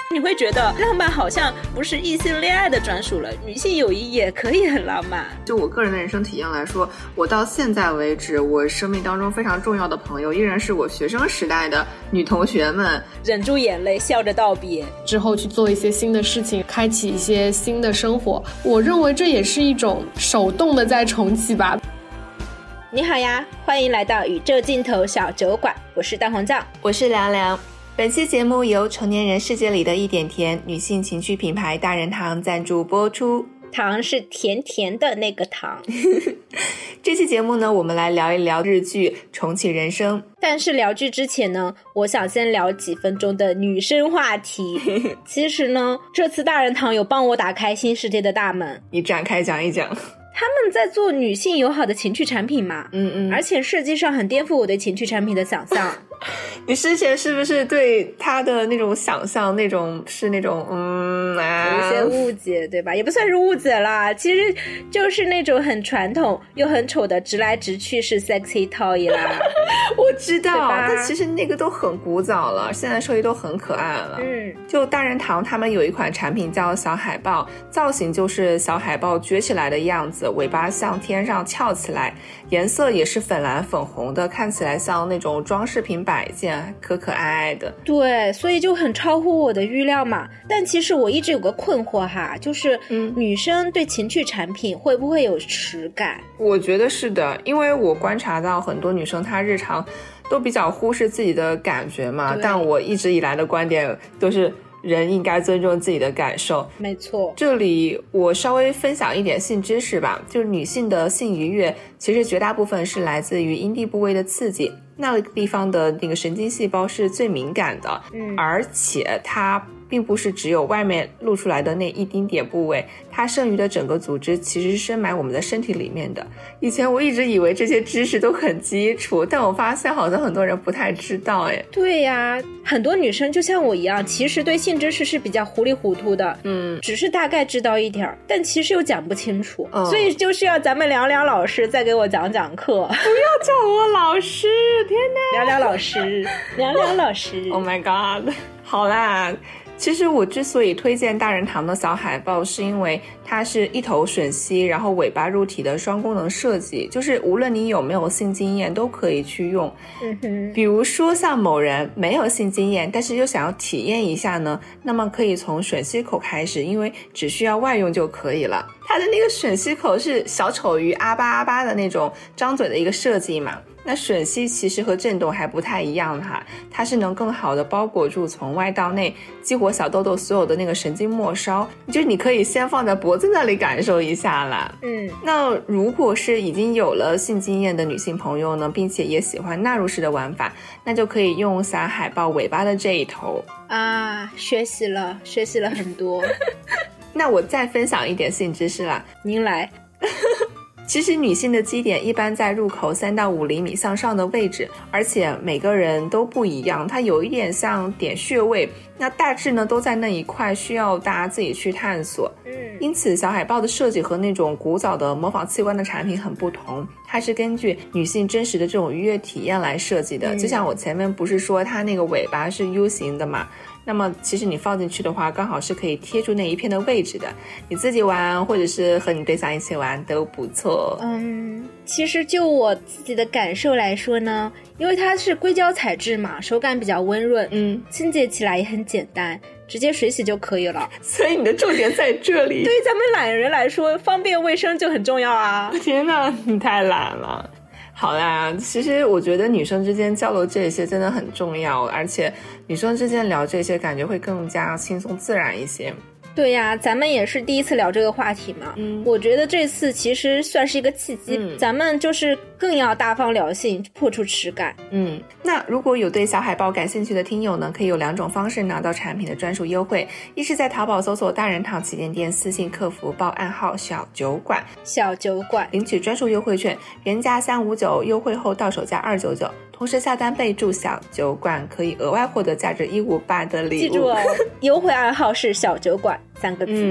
你会觉得浪漫好像不是异性恋爱的专属了，女性友谊也可以很浪漫。 就我个人的人生体验来说，我到现在为止，我生命当中非常重要的朋友依然是我学生时代的女同学们。 忍住眼泪，笑着道别， 之后去做一些新的事情，开启一些新的生活。我认为这也是一种手动的在重启吧。 你好呀，欢迎来到宇宙尽头小酒馆，我是大红酱， 我是凉凉。本期节目由成年人世界里的一点甜女性情趣品牌大人堂赞助播出。 糖是甜甜的那个糖。 这期节目呢，我们来聊一聊日剧《重启人生》。 但是聊剧之前呢，我想先聊几分钟的女生话题。其实呢，这次大人堂有帮我打开新世界的大门。 你展开讲一讲。 他们在做女性友好的情趣产品嘛，而且设计上很颠覆我对情趣产品的想象。 你之前是不是对他的那种想象，有一些误解，对吧？也不算是误解啦，其实就是那种很传统又很丑的直来直去是 sexy toy 啦。 我知道，但其实那个都很古早了，现在设计都很可爱了。就大人堂他们有一款产品叫小海豹，造型就是小海豹撅起来的样子，尾巴向天上翘起来，颜色也是粉蓝粉红的，看起来像那种装饰品摆件，可可爱爱的。 对，所以就很超乎我的预料嘛。但其实我一直有个困惑哈，就是女生对情趣产品会不会有耻感？ 我觉得是的，因为我观察到很多女生她日常都比较忽视自己的感觉嘛，但我一直以来的观点都是人应该尊重自己的感受。 没错， 这里我稍微分享一点性知识吧，就是女性的性愉悦其实绝大部分是来自于阴蒂部位的刺激，那个地方的那个神经细胞是最敏感的，而且它并不是只有外面露出来的那一丁点部位，它剩余的整个组织其实是深埋我们的身体里面的。以前我一直以为这些知识都很基础，但我发现好像很多人不太知道诶。 对呀，很多女生就像我一样，其实对性知识是比较糊里糊涂的，只是大概知道一点，但其实又讲不清楚，所以就需要咱们凉凉老师再给我讲讲课。不要叫我老师，天哪！ 凉凉老师，凉凉老师。 Oh my god！ 好啦。其实我之所以推荐大人堂的小海豹，是因为它是一头吮吸然后尾巴入体的双功能设计，就是无论你有没有性经验都可以去用。比如说像某人没有性经验但是又想要体验一下呢，那么可以从吮吸口开始，因为只需要外用就可以了。它的那个吮吸口是小丑鱼阿巴阿巴的那种张嘴的一个设计嘛，那吮吸其实和震动还不太一样哈，它是能更好的包裹住从外到内激活小豆豆所有的那个神经末梢，就是你可以先放在脖子那里感受一下啦。那如果是已经有了性经验的女性朋友呢，并且也喜欢纳入式的玩法，那就可以用小海豹尾巴的这一头啊，学习了很多。 那我再分享一点性知识啦， 您来。 其实女性的基点一般在入口3到5厘米向上的位置，而且每个人都不一样，它有一点像点穴位，那大致呢都在那一块，需要大家自己去探索。因此小海豹的设计和那种古早的模仿器官的产品很不同，它是根据女性真实的这种愉悦体验来设计的。就像我前面不是说它那个尾巴是 U 型的嘛，那么其实你放进去的话刚好是可以贴住那一片的位置的，你自己玩或者是和你对象一起玩都不错。 其实就我自己的感受来说呢，因为它是硅胶材质嘛，手感比较温润，清洁起来也很简单，直接水洗就可以了。 所以你的重点在这里。 对于咱们懒人来说，方便卫生就很重要啊。 天哪，你太懒了。好啦，其实我觉得女生之间交流这些真的很重要，而且女生之间聊这些感觉会更加轻松自然一些。 对呀，咱们也是第一次聊这个话题嘛。我觉得这次其实算是一个契机，咱们就是更要大方聊性，破除耻感。 那如果有对小海豹感兴趣的听友呢，可以有2种方式拿到产品的专属优惠，一是在淘宝搜索大人堂旗舰店，私信客服报暗号小酒馆领取专属优惠券，原价359，优惠后到手价299，同时下单备注小酒馆，可以额外获得价值158的礼物。 记住哦，优惠暗号是小酒馆3个字。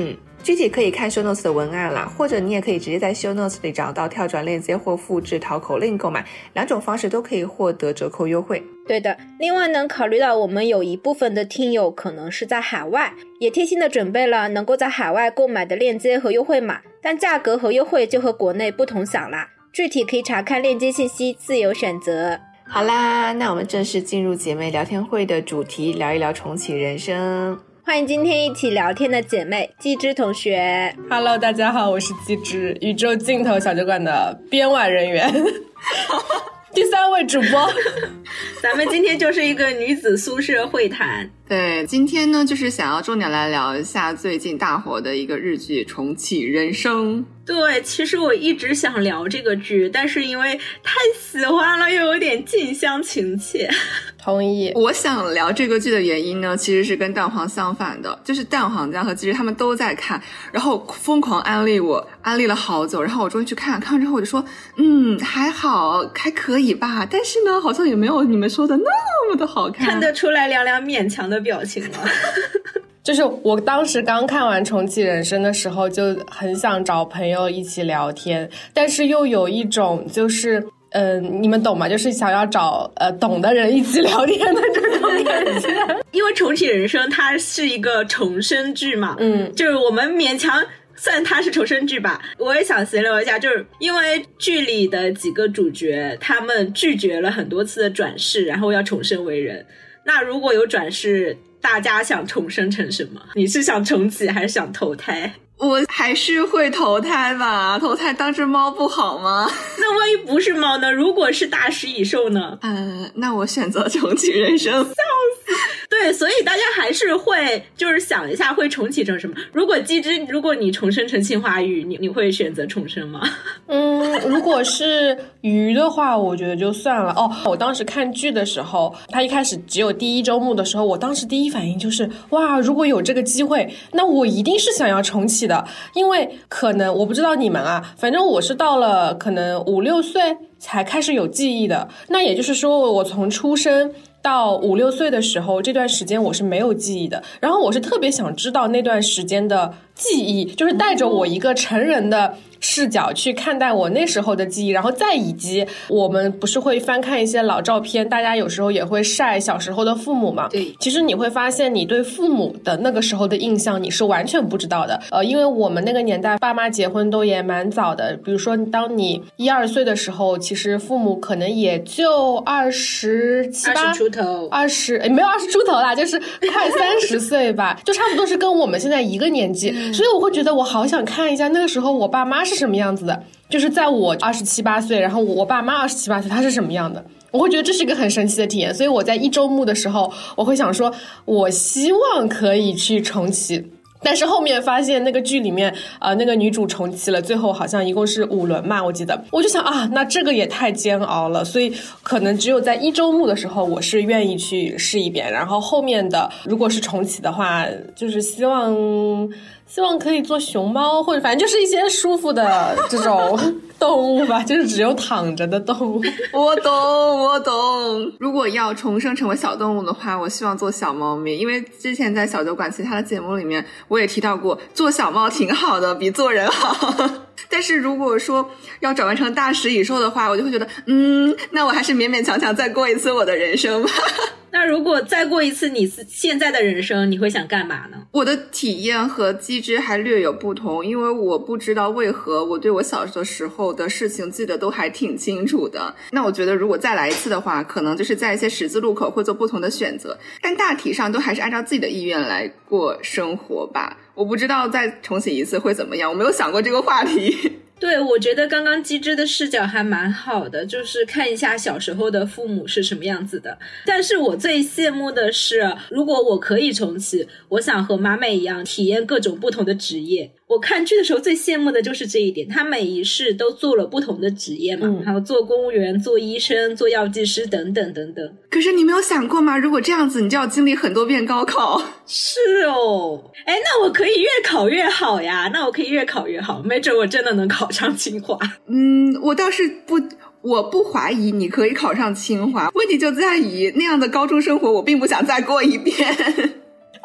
具体可以看 show notes 的文案啦，或者你也可以直接在 show notes 里找到跳转链接或复制淘口令购买，2种方式都可以获得折扣优惠。 对的，另外呢，考虑到我们有一部分的听友可能是在海外，也贴心的准备了能够在海外购买的链接和优惠码，但价格和优惠就和国内不同享啦，具体可以查看链接信息，自由选择。 好啦，那我们正式进入姐妹聊天会的主题，聊一聊重启人生。 欢迎今天一起聊天的姐妹季芝同学。 Hello， 大家好，我是季芝，宇宙尽头小酒馆的编外人员第3位主播咱们今天就是一个女子宿舍会谈。 对，今天呢就是想要重点来聊一下最近大火的一个日剧《重启人生》。 对，其实我一直想聊这个剧，但是因为太喜欢了，又有点近乡情怯。 同意。 我想聊这个剧的原因呢，其实是跟蛋黄相反的，就是蛋黄家和季芝他们都在看，然后疯狂安利我，安利了好久，然后我终于去看完之后我就说还好，还可以吧，但是呢好像也没有你们说的那么的好看。 看得出来凉凉勉强的表情了就是我当时刚看完重启人生的时候就很想找朋友一起聊天，但是又有一种就是你们懂吗，就是想要找懂的人一起聊天的这种感觉因为重启人生它是一个重生剧嘛，就是我们勉强算它是重生剧吧。我也想闲聊一下，就是因为剧里的几个主角他们拒绝了很多次的转世，然后要重生为人。那如果有转世，大家想重生成什么？你是想重启还是想投胎？ 我还是会投胎吧，投胎当只猫不好吗？ 那万一不是猫呢？如果是大食蚁兽呢？ 那我选择重启人生。笑死！对，所以大家还是会就是想一下会重启成什么。如果季芝，如果你重生成青花鱼，你会选择重生吗？ 如果是鱼的话，我觉得就算了。我当时看剧的时候，它一开始只有第1周目的时候，我当时第一反应就是哇，如果有这个机会，那我一定是想要重启的。因为可能我不知道你们啊，反正我是到了可能5、6岁才开始有记忆的。那也就是说，我从出生到5、6岁的时候，这段时间我是没有记忆的。然后我是特别想知道那段时间的记忆，就是带着我一个成人的视角去看待我那时候的记忆，然后再以及我们不是会翻看一些老照片，大家有时候也会晒小时候的父母嘛。 对， 其实你会发现你对父母的那个时候的印象你是完全不知道的。因为我们那个年代爸妈结婚都也蛮早的，比如说当你1、2岁的时候，其实父母可能也就27、8 出头 ，没有20出头啦，就是快30岁吧，就差不多是跟我们现在一个年纪。所以我会觉得我好想看一下那个时候我爸妈是什么样子的，就是在我27、8岁，然后我爸妈27、8岁他是什么样的，我会觉得这是一个很神奇的体验。所以我在1周目的时候，我会想说我希望可以去重启。但是后面发现那个剧里面那个女主重启了，最后好像一共是5轮嘛，我记得。我就想那这个也太煎熬了，所以可能只有在1周目的时候我是愿意去试一遍，然后后面的如果是重启的话，就是希望可以做熊猫，或者反正就是一些舒服的这种动物吧，就是只有躺着的动物。 我懂。如果要重生成为小动物的话，我希望做小猫咪，因为之前在小酒馆其他的节目里面我也提到过，做小猫挺好的，比做人好。但是如果说要转换成大食蚁兽的话，我就会觉得那我还是勉勉强强再过一次我的人生吧。 那如果再过一次你现在的人生，你会想干嘛呢？ 我的体验和机制还略有不同，因为我不知道为何我对我小的时候的事情记得都还挺清楚的。那我觉得如果再来一次的话，可能就是在一些十字路口会做不同的选择，但大体上都还是按照自己的意愿来过生活吧。我不知道再重启一次会怎么样，我没有想过这个话题。 对，我觉得刚刚机智的视角还蛮好的，就是看一下小时候的父母是什么样子的。但是我最羡慕的是，如果我可以重启，我想和妈妹一样体验各种不同的职业。我看剧的时候最羡慕的就是这一点，他每一世都做了不同的职业嘛，还有做公务员、做医生、做药剂师等等等等。 可是你没有想过吗？如果这样子，你就要经历很多遍高考。 是哦，那我可以越考越好呀，没准我真的能考上清华。 我倒是我不怀疑你可以考上清华，问题就在于那样的高中生活我并不想再过一遍。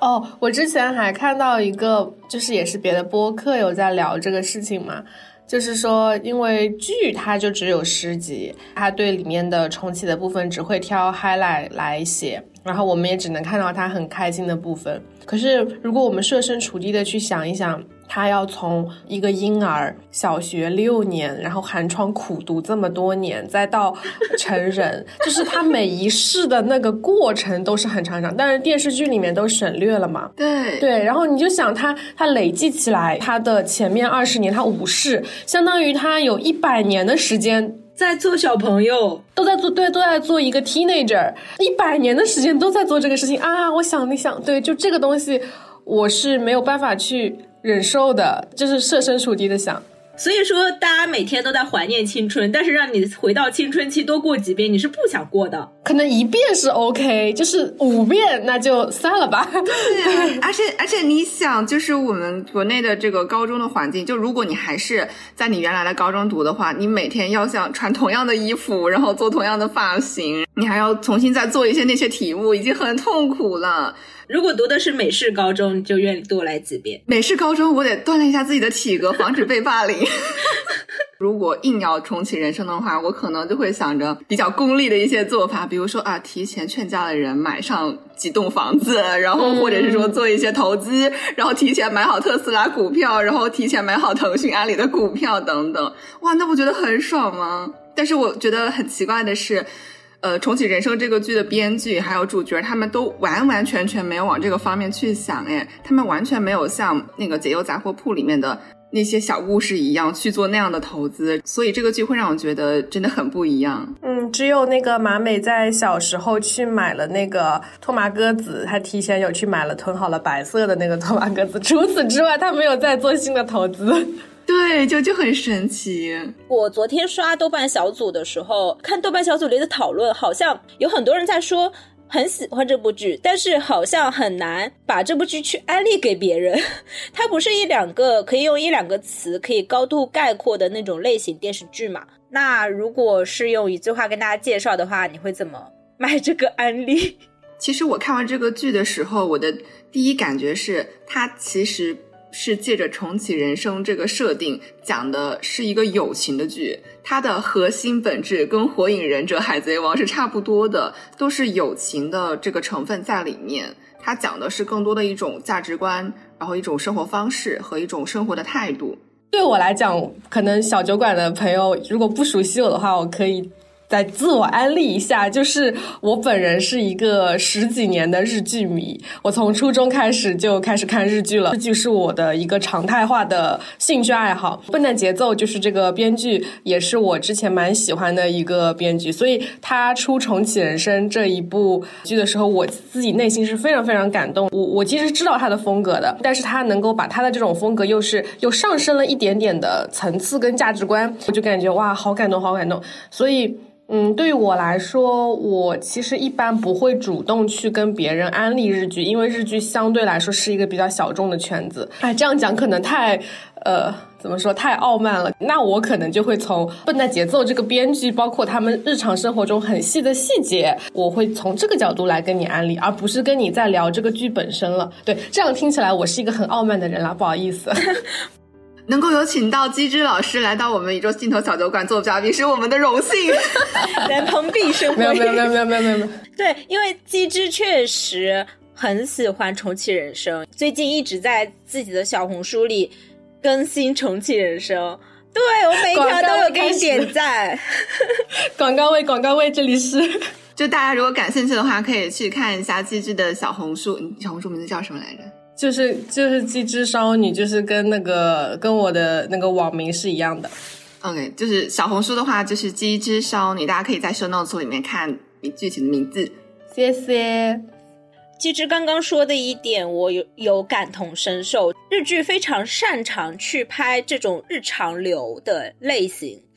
哦，我之前还看到一个，就是也是别的播客有在聊这个事情嘛，就是说因为剧它就只有10集，它对里面的重启的部分只会挑 highlight 来写，然后我们也只能看到他很开心的部分。可是如果我们设身处地的去想一想，他要从一个婴儿小学6年，然后寒窗苦读这么多年，再到成人，就是他每一世的那个过程都是很长，但是电视剧里面都省略了嘛。对，然后你就想他累计起来，他的前面20年他5世，相当于他有100年的时间在做小朋友， 都在做一个 teenager， 100年的时间都在做这个事情啊！我想对，就这个东西我是没有办法去忍受的，就是设身处地的想。 所以说大家每天都在怀念青春，但是让你回到青春期多过几遍你是不想过的。 可能1遍是 OK， 就是5遍那就算了吧。 对，而且你想，就是我们国内的这个高中的环境，就如果你还是在你原来的高中读的话，你每天要想穿同样的衣服，然后做同样的发型，你还要重新再做一些那些题目，已经很痛苦了。 如果读的是美式高中，你就愿意多来几遍。 美式高中我得锻炼一下自己的体格，防止被霸凌。如果硬要重启人生的话，我可能就会想着比较功利的一些做法，比如说啊，提前劝家的人买上几栋房子，然后或者是说做一些投资，然后提前买好特斯拉股票，然后提前买好腾讯、阿里的股票等等。哇，那不觉得很爽吗？但是我觉得很奇怪的是，重启人生这个剧的编剧还有主角，他们都完完全全没有往这个方面去想，他们完全没有像那个解忧杂货铺里面的那些小故事一样去做那样的投资，所以这个剧会让我觉得真的很不一样。 只有那个马美在小时候去买了那个托马鸽子，她提前有去买了囤好了白色的那个托马鸽子，除此之外她没有再做新的投资。 对，就很神奇。 我昨天刷豆瓣小组的时候，看豆瓣小组里的讨论，好像有很多人在说很喜欢这部剧，但是好像很难把这部剧去安利给别人。它不是可以用1-2个词可以高度概括的那种类型电视剧嘛。那如果是用一句话跟大家介绍的话，你会怎么卖这个安利？ 其实我看完这个剧的时候，我的第一感觉是它其实是借着重启人生这个设定讲的是一个友情的剧，它的核心本质跟火影忍者海贼王是差不多的，都是友情的这个成分在里面。它讲的是更多的一种价值观，然后一种生活方式和一种生活的态度。 对我来讲，可能小酒馆的朋友如果不熟悉我的话，我可以再自我安利一下，就是我本人是一个10几年的日剧迷，我从初中开始就开始看日剧了，日剧是我的一个常态化的兴趣爱好。笨蛋节奏就是这个编剧也是我之前蛮喜欢的一个编剧，所以他出重启人生这一部剧的时候，我自己内心是非常非常感动。我其实知道他的风格的，但是他能够把他的这种风格又上升了一点点的层次跟价值观，我就感觉哇，好感动好感动。所以对于我来说，我其实一般不会主动去跟别人安利日剧，因为日剧相对来说是一个比较小众的圈子。这样讲可能太怎么说，太傲慢了。那我可能就会从笨蛋节奏这个编剧，包括他们日常生活中很细的细节，我会从这个角度来跟你安利，而不是跟你在聊这个剧本身了。对，这样听起来我是一个很傲慢的人啦，不好意思。 能够有请到机智老师来到我们宇宙尽头小酒馆做嘉宾是我们的荣幸。 人蓬荜生辉。 没有。 对，因为机智确实很喜欢重启人生，最近一直在自己的小红书里更新重启人生。对，我每一条都有给你点赞。 广告位，这里是。 就大家如果感兴趣的话，可以去看一下机智的小红书。小红书名字叫什么来着？ 就是机智少女，就是跟我的那个网名是一样的。 OK， 就是小红书的话就是机智少女，大家可以在 show notes 里面看具体的名字。 谢谢。 机智刚刚说的一点我有感同身受，日剧非常擅长去拍这种日常流的类型，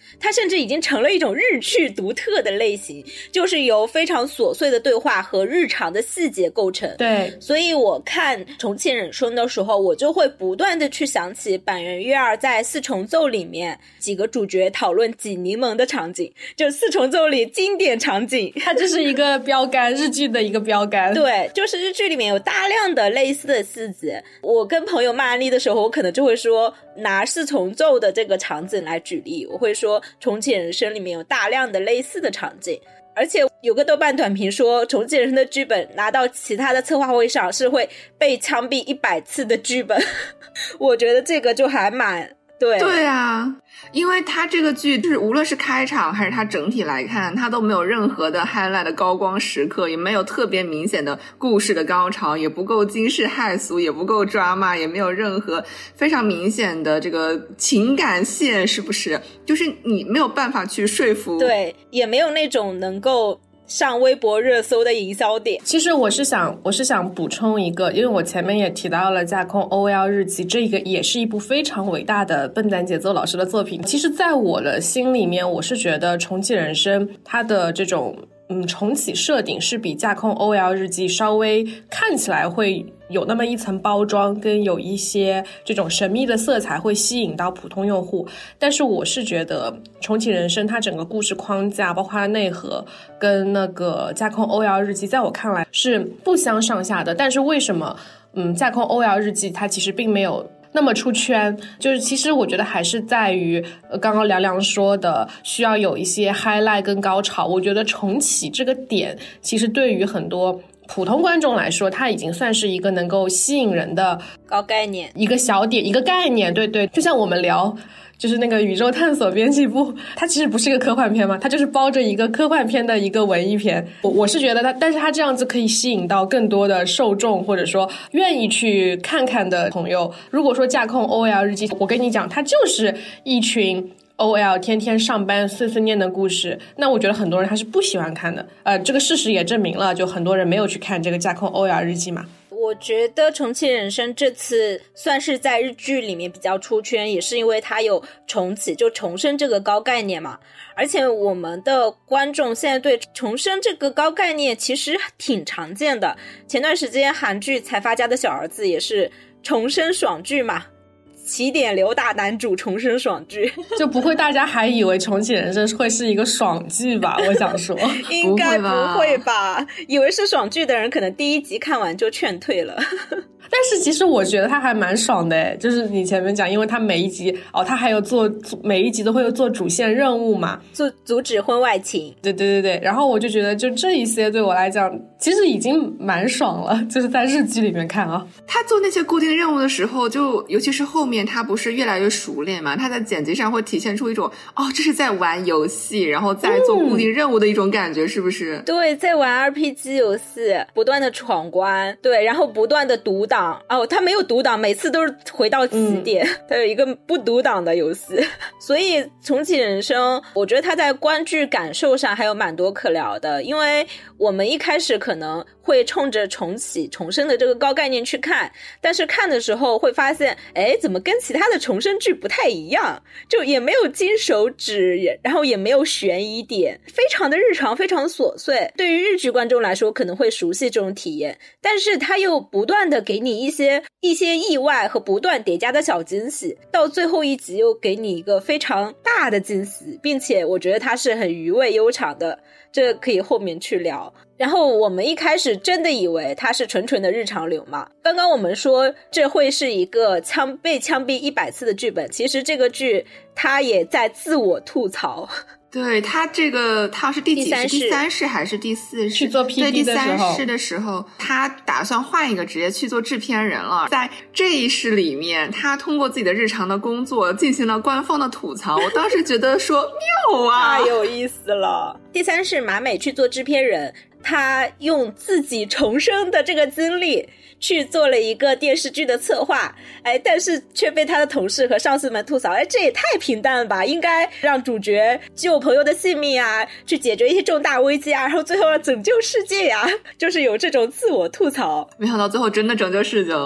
它甚至已经成了一种日剧独特的类型，就是由非常琐碎的对话和日常的细节构成。 对， 所以我看重启人生的时候，我就会不断的去想起板垣瑞二在四重奏里面几个主角讨论挤柠檬的场景，就四重奏里经典场景， 它就是一个标杆，日剧的一个标杆。 对，就是日剧里面有大量的类似的细节。我跟朋友骂安利的时候，我可能就会说拿四重奏的这个场景来举例，我会说重启人生里面有大量的类似的场景。而且有个豆瓣短评说重启人生的剧本拿到其他的策划会上是会被枪毙100次的剧本我觉得这个就还蛮对啊，因为它这个剧就是无论是开场还是它整体来看，它都没有任何的 highlight 的高光时刻，也没有特别明显的故事的高潮，也不够惊世骇俗，也不够 drama， 也没有任何非常明显的这个情感线，是不是？就是你没有办法去说服， 对，也没有那种能够上微博热搜的营销点。 其实我是想补充一个，因为我前面也提到了架空 OL 日记，这个也是一部非常伟大的笨蛋节奏老师的作品。其实在我的心里面，我是觉得重启人生它的这种重启设定是比架空 OL 日记稍微看起来会有那么一层包装，跟有一些这种神秘的色彩会吸引到普通用户。但是我是觉得重启人生它整个故事框架包括它的内核跟那个架空 OL 日记在我看来是不相上下的。但是为什么架空 OL 日记它其实并没有那么出圈，就是其实我觉得还是在于刚刚凉凉说的需要有一些 highlight 跟高潮。我觉得重启这个点其实对于很多普通观众来说，它已经算是一个能够吸引人的高概念， 一个小点，一个概念。对对，就像我们聊就是那个宇宙探索编辑部，它其实不是一个科幻片嘛，它就是包着一个科幻片的一个文艺片。我是觉得它，但是它这样子可以吸引到更多的受众，或者说愿意去看看的朋友。如果说架空 OL 日记，我跟你讲，它就是一群OL 天天上班碎碎念的故事，那我觉得很多人他是不喜欢看的。这个事实也证明了，就很多人没有去看这个架空 OL 日记嘛。 我觉得重启人生这次算是在日剧里面比较出圈，也是因为它有重启，就重生这个高概念嘛。而且我们的观众现在对重生这个高概念其实挺常见的。前段时间韩剧财阀家的小儿子也是重生爽剧嘛，起点刘大男主重生爽剧， 就不会大家还以为重启人生会是一个爽剧吧？我想说应该不会吧，以为是爽剧的人可能第一集看完就劝退了但是其实我觉得他还蛮爽的诶，就是你前面讲，因为他每一集他还有每一集都会有做主线任务嘛， 阻止婚外情。 对对对对，然后我就觉得就这一些对我来讲其实已经蛮爽了，就是在日剧里面看啊。 他做那些固定任务的时候，就尤其是后面他不是越来越熟练嘛，他在剪辑上会体现出一种这是在玩游戏然后在做固定任务的一种感觉，是不是？ 对，在玩 RPG 游戏，不断的闯关，对，然后不断的读档。他没有读档，每次都是回到起点，他有一个不读档的游戏。所以重启人生我觉得他在观剧感受上还有蛮多可聊的，因为我们一开始可能会冲着重启重生的这个高概念去看，但是看的时候会发现怎么跟其他的重生剧不太一样，就也没有金手指，然后也没有悬疑点，非常的日常，非常琐碎。对于日剧观众来说可能会熟悉这种体验，但是他又不断的给你一些意外和不断叠加的小惊喜，到最后一集又给你一个非常大的惊喜，并且我觉得它是很余味悠长的，这可以后面去聊。然后我们一开始真的以为它是纯纯的日常流嘛，刚刚我们说这会是一个被枪毙100次的剧本，其实这个剧它也在自我吐槽。 对，他这个他是第几世？第3世还是第4世？ 去做 PD 的时候， 对，第3世的时候他打算换一个职业去做制片人了。在这一世里面，他通过自己的日常的工作进行了官方的吐槽，我当时觉得说妙啊， 太有意思了。第3世马美去做制片人，他用自己重生的这个经历去做了一个电视剧的策划，但是却被他的同事和上司们吐槽，这也太平淡了吧，应该让主角救朋友的性命啊，去解决一些重大危机啊，然后最后要拯救世界呀，就是有这种自我吐槽。 没想到最后真的拯救世界了。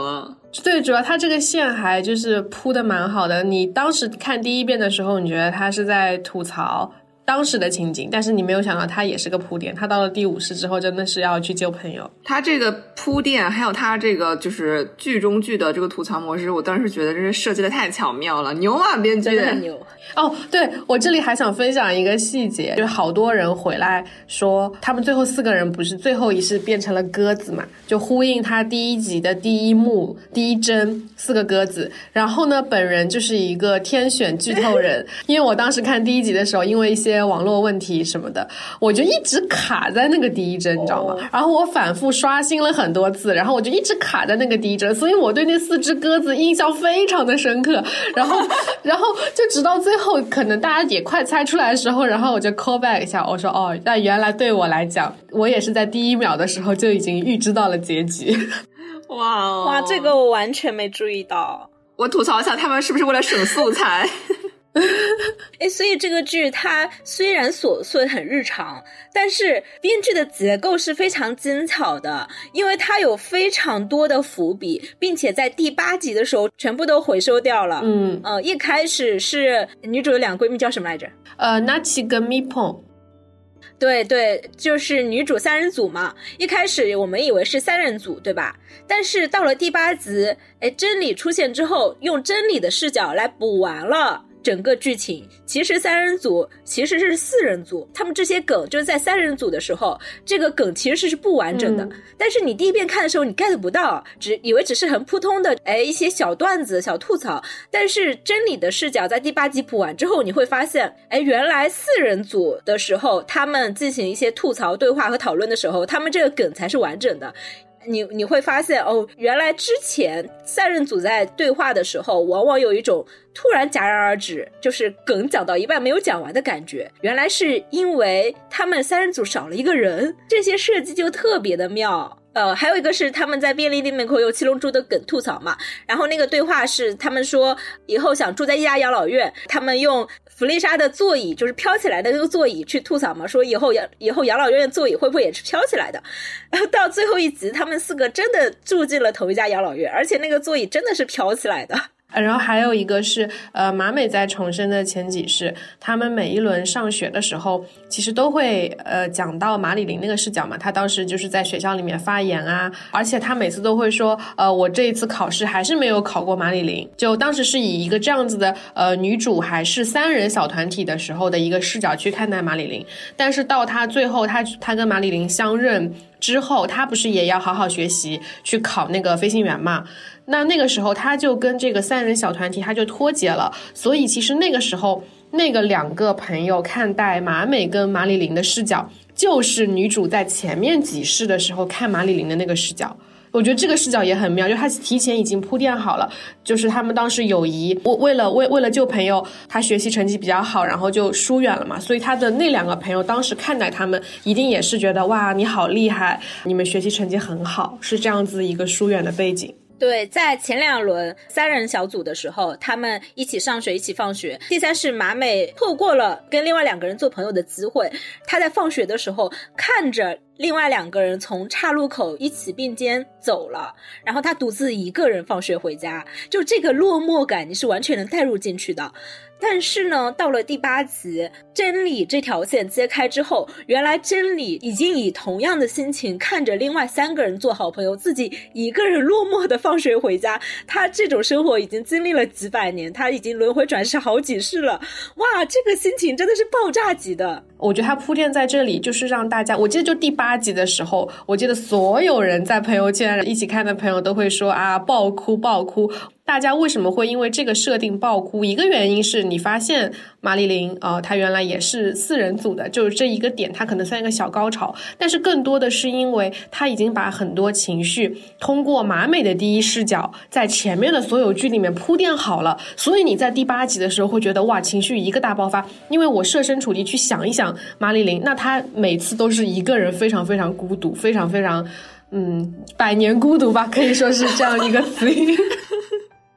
最主要它这个线还就是铺的蛮好的，你当时看第一遍的时候你觉得它是在吐槽当时的情景，但是你没有想到它也是个铺垫，它到了第5世之后真的是要去救朋友。 它这个铺垫还有它这个就是剧中剧的这个吐槽模式，我当时觉得真是设计的太巧妙了，牛啊编剧， 真的很牛。 哦，对，我这里还想分享一个细节，就是好多人回来说他们最后4个人不是最后一世变成了鸽子嘛，就呼应他第1集的第1幕第1帧4个鸽子。然后呢，本人就是一个天选剧透人因为我当时看第1集的时候，因为一些网络问题什么的，我就一直卡在那个第1帧，你知道吗？然后我反复刷新了很多次，然后我就一直卡在那个第1帧，所以我对那4只鸽子印象非常的深刻。然后就直到最后可能大家也快猜出来的时候，然后我就 call back 一下，我说哦，那原来对我来讲，我也是在第1秒的时候就已经预知到了结局。 哇，这个我完全没注意到。 我吐槽一下，他们是不是为了省素材？ 所以这个剧它虽然琐碎很日常，但是编剧的结构是非常精巧的，因为它有非常多的伏笔，并且在第8集的时候全部都回收掉了。一开始是女主的2个闺蜜叫什么来着 Nachi 跟 Mipon。 对对，就是女主3人组嘛。一开始我们以为是3人组，对吧？但是到了第8集，真理出现之后，用真理的视角来补完了整个剧情。其实3人组其实是4人组，他们这些梗就是在3人组的时候，这个梗其实是不完整的。但是你第一遍看的时候你 get 不到，以为只是很普通的一些小段子小吐槽。但是真理的视角在第8集补完之后，你会发现原来4人组的时候他们进行一些吐槽对话和讨论的时候，他们这个梗才是完整的。你会发现原来之前3人组在对话的时候往往有一种突然戛然而止，就是梗讲到一半没有讲完的感觉，原来是因为他们3人组少了一个人，这些设计就特别的妙。还有一个是他们在便利店门口有七龙珠的梗吐槽嘛，然后那个对话是他们说以后想住在一家养老院，他们用弗丽莎的座椅就是飘起来的那个座椅去吐槽嘛，说以后养老院的座椅会不会也是飘起来的。然后到最后一集他们4个真的住进了同一家养老院，而且那个座椅真的是飘起来的。 然后还有一个是马美在重生的前几世，他们每一轮上学的时候其实都会讲到马里琳那个视角嘛，他当时就是在学校里面发言啊，而且他每次都会说我这一次考试还是没有考过马里琳，就当时是以一个这样子的女主还是3人小团体的时候的一个视角去看待马里琳。但是到他最后他跟马里琳相认之后，他不是也要好好学习去考那个飞行员嘛，那个时候他就跟这个3人小团体他就脱节了，所以其实那个时候那个2个朋友看待马美跟马里琳的视角，就是女主在前面几世的时候看马里琳的那个视角。我觉得这个视角也很妙，就他提前已经铺垫好了，就是他们当时友谊为了救朋友，他学习成绩比较好，然后就疏远了嘛，所以他的那2个朋友当时看待他们一定也是觉得哇你好厉害，你们学习成绩很好，是这样子一个疏远的背景。 对，在前2轮3人小组的时候，他们一起上学一起放学。第3是马美错过了跟另外2个人做朋友的机会，他在放学的时候看着另外2个人从岔路口一起并肩走了，然后他独自一个人放学回家，就这个落寞感你是完全能带入进去的。但是呢，到了第8集，真理这条线揭开之后，原来真理已经以同样的心情看着另外3个人做好朋友，自己一个人落寞的放学回家。他这种生活已经经历了几百年，他已经轮回转世好几世了。哇，这个心情真的是爆炸级的。 我觉得他铺垫在这里就是让大家，我记得就第8集的时候，我记得所有人在朋友圈一起看的朋友都会说啊爆哭爆哭。大家为什么会因为这个设定爆哭？一个原因是你发现马里琳她原来也是4人组的，就是这一个点它可能算一个小高潮，但是更多的是因为他已经把很多情绪通过马美的第1视角在前面的所有剧里面铺垫好了，所以你在第8集的时候会觉得哇情绪一个大爆发。因为我设身处地去想一想马里琳，那她每次都是一个人非常非常孤独，非常非常百年孤独吧，可以说是这样一个词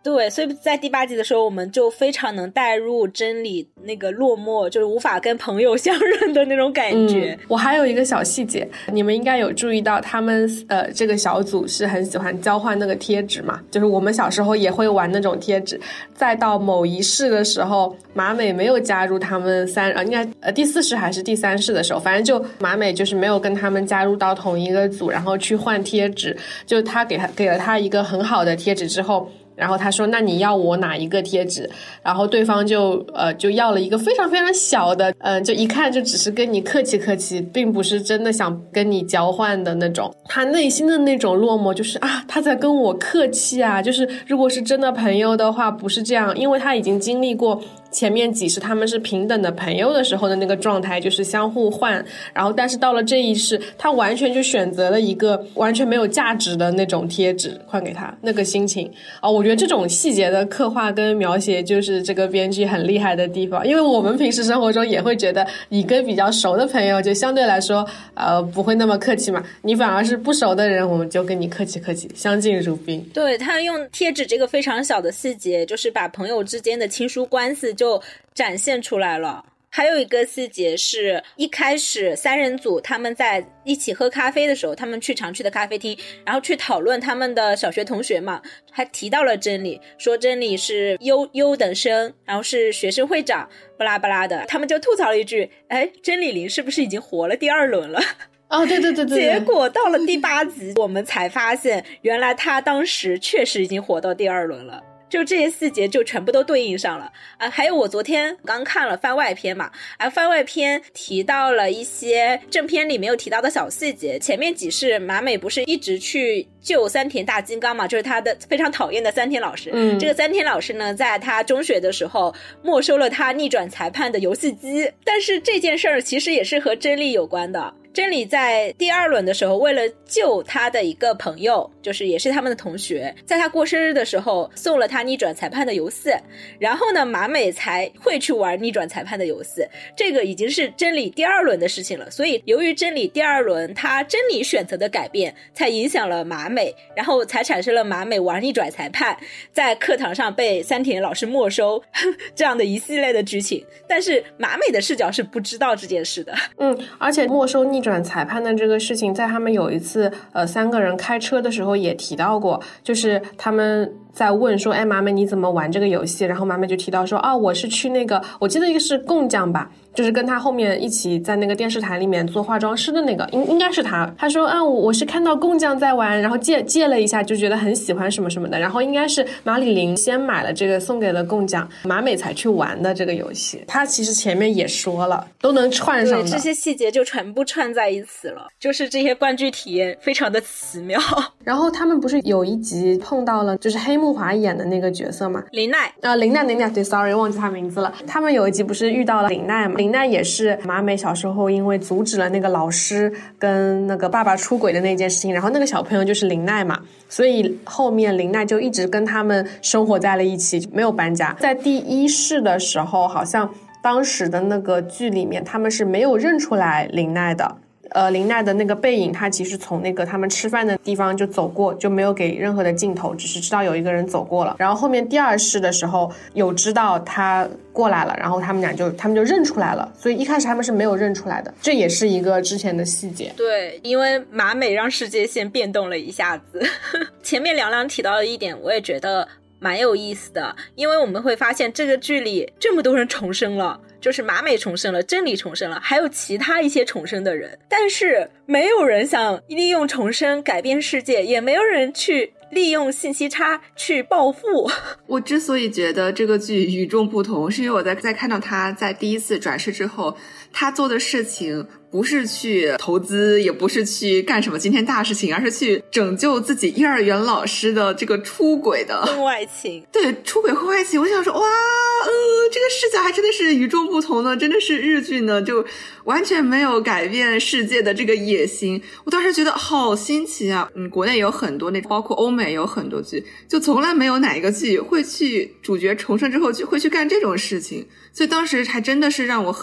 对，所以在第8集的时候我们就非常能带入真理那个落寞，就是无法跟朋友相认的那种感觉。 我还有一个小细节，你们应该有注意到他们这个小组是很喜欢交换那个贴纸嘛，就是我们小时候也会玩那种贴纸。再到某一世的时候，马美没有加入他们应该第4世还是第3世的时候，反正就马美就是没有跟他们加入到同一个组，然后去换贴纸，就他给了他一个很好的贴纸之后，然后他说那你要我哪一个贴纸，然后对方就要了一个非常非常小的，就一看就只是跟你客气客气，并不是真的想跟你交换的那种。他内心的那种落寞就是啊，他在跟我客气啊，就是如果是真的朋友的话不是这样，因为他已经经历过前面几世他们是平等的朋友的时候的那个状态，就是相互换，然后但是到了这一世他完全就选择了一个完全没有价值的那种贴纸换给他，那个心情我觉得这种细节的刻画跟描写就是这个编剧很厉害的地方。因为我们平时生活中也会觉得你跟比较熟的朋友就相对来说不会那么客气嘛，你反而是不熟的人我们就跟你客气客气，相敬如宾。 对，他用贴纸这个非常小的细节，就是把朋友之间的亲疏关系就展现出来了。还有一个细节是一开始3人组他们在一起喝咖啡的时候，他们常去的咖啡厅，然后去讨论他们的小学同学嘛，还提到了真理，说真理是优等生，然后是学生会长巴拉巴拉的，他们就吐槽了一句，真理玲是不是已经活了第2轮了？ 对对对对， 结果到了第8集我们才发现原来他当时确实已经活到第2轮了，就这些细节就全部都对应上了还有我昨天刚看了番外篇嘛，番外篇提到了一些正片里没有提到的小细节。前面几世马美不是一直去救三田大金刚嘛，就是他的非常讨厌的三田老师。这个三田老师呢，在他中学的时候没收了他逆转裁判的游戏机，但是这件事儿其实也是和真理有关的。真理在第2轮的时候，为了救他的一个朋友，就是也是他们的同学，在他过生日的时候送了他逆转裁判的游戏，然后呢马美才会去玩逆转裁判的游戏，这个已经是真理第2轮的事情了。所以由于真理第2轮他真理选择的改变，才影响了马美，然后才产生了马美玩逆转裁判，在课堂上被三田老师没收这样的一系列的剧情。但是马美的视角是不知道这件事的。 而且没收逆转裁判的这个事情在他们有一次3个人开车的时候也提到过，就是他们在问说马美你怎么玩这个游戏，然后马美就提到说我是去那个，我记得一个是共酱吧，就是跟他后面一起在那个电视台里面做化妆师的那个，应该是他说我是看到共酱在玩，然后借了一下就觉得很喜欢什么什么的，然后应该是马里玲先买了这个送给了共酱，马美才去玩的这个游戏。他其实前面也说了，都能串上的， 对，这些细节就全部串在一起了，就是这些观剧体验非常的奇妙。 然后他们不是有一集碰到了就是黑木华演的那个角色吗？ 林奈林奈对 sorry 忘记他名字了。他们有一集不是遇到了林奈嘛，林奈也是马美小时候因为阻止了那个老师跟那个爸爸出轨的那件事情，然后那个小朋友就是林奈嘛，所以后面林奈就一直跟他们生活在了一起，没有搬家。在第1世的时候好像当时的那个剧里面他们是没有认出来林奈的，林奈的那个背影他其实从那个他们吃饭的地方就走过，就没有给任何的镜头，只是知道有一个人走过了。然后后面第2世的时候有知道他过来了，然后他们就认出来了，所以一开始他们是没有认出来的，这也是一个之前的细节。 对，因为马美让世界线变动了一下子前面凉提到的一点我也觉得蛮有意思的，因为我们会发现这个剧里这么多人重生了，就是马美重生了，真理重生了，还有其他一些重生的人，但是没有人想利用重生改变世界，也没有人去利用信息差去报复。 我之所以觉得这个剧与众不同，是因为我在看到他在第1次转世之后，他做的事情不是去投资，也不是去干什么惊天大事情，而是去拯救自己幼儿园老师的这个出轨的婚外情。 对，出轨婚外情，我想说哇，这个视角还真的是与众不同呢，真的是日剧呢就完全没有改变世界的这个野心。我当时觉得好新奇啊。国内有很多那包括欧美有很多剧，就从来没有哪一个剧会去主角重生之后就会去干这种事情，所以当时还真的是让我很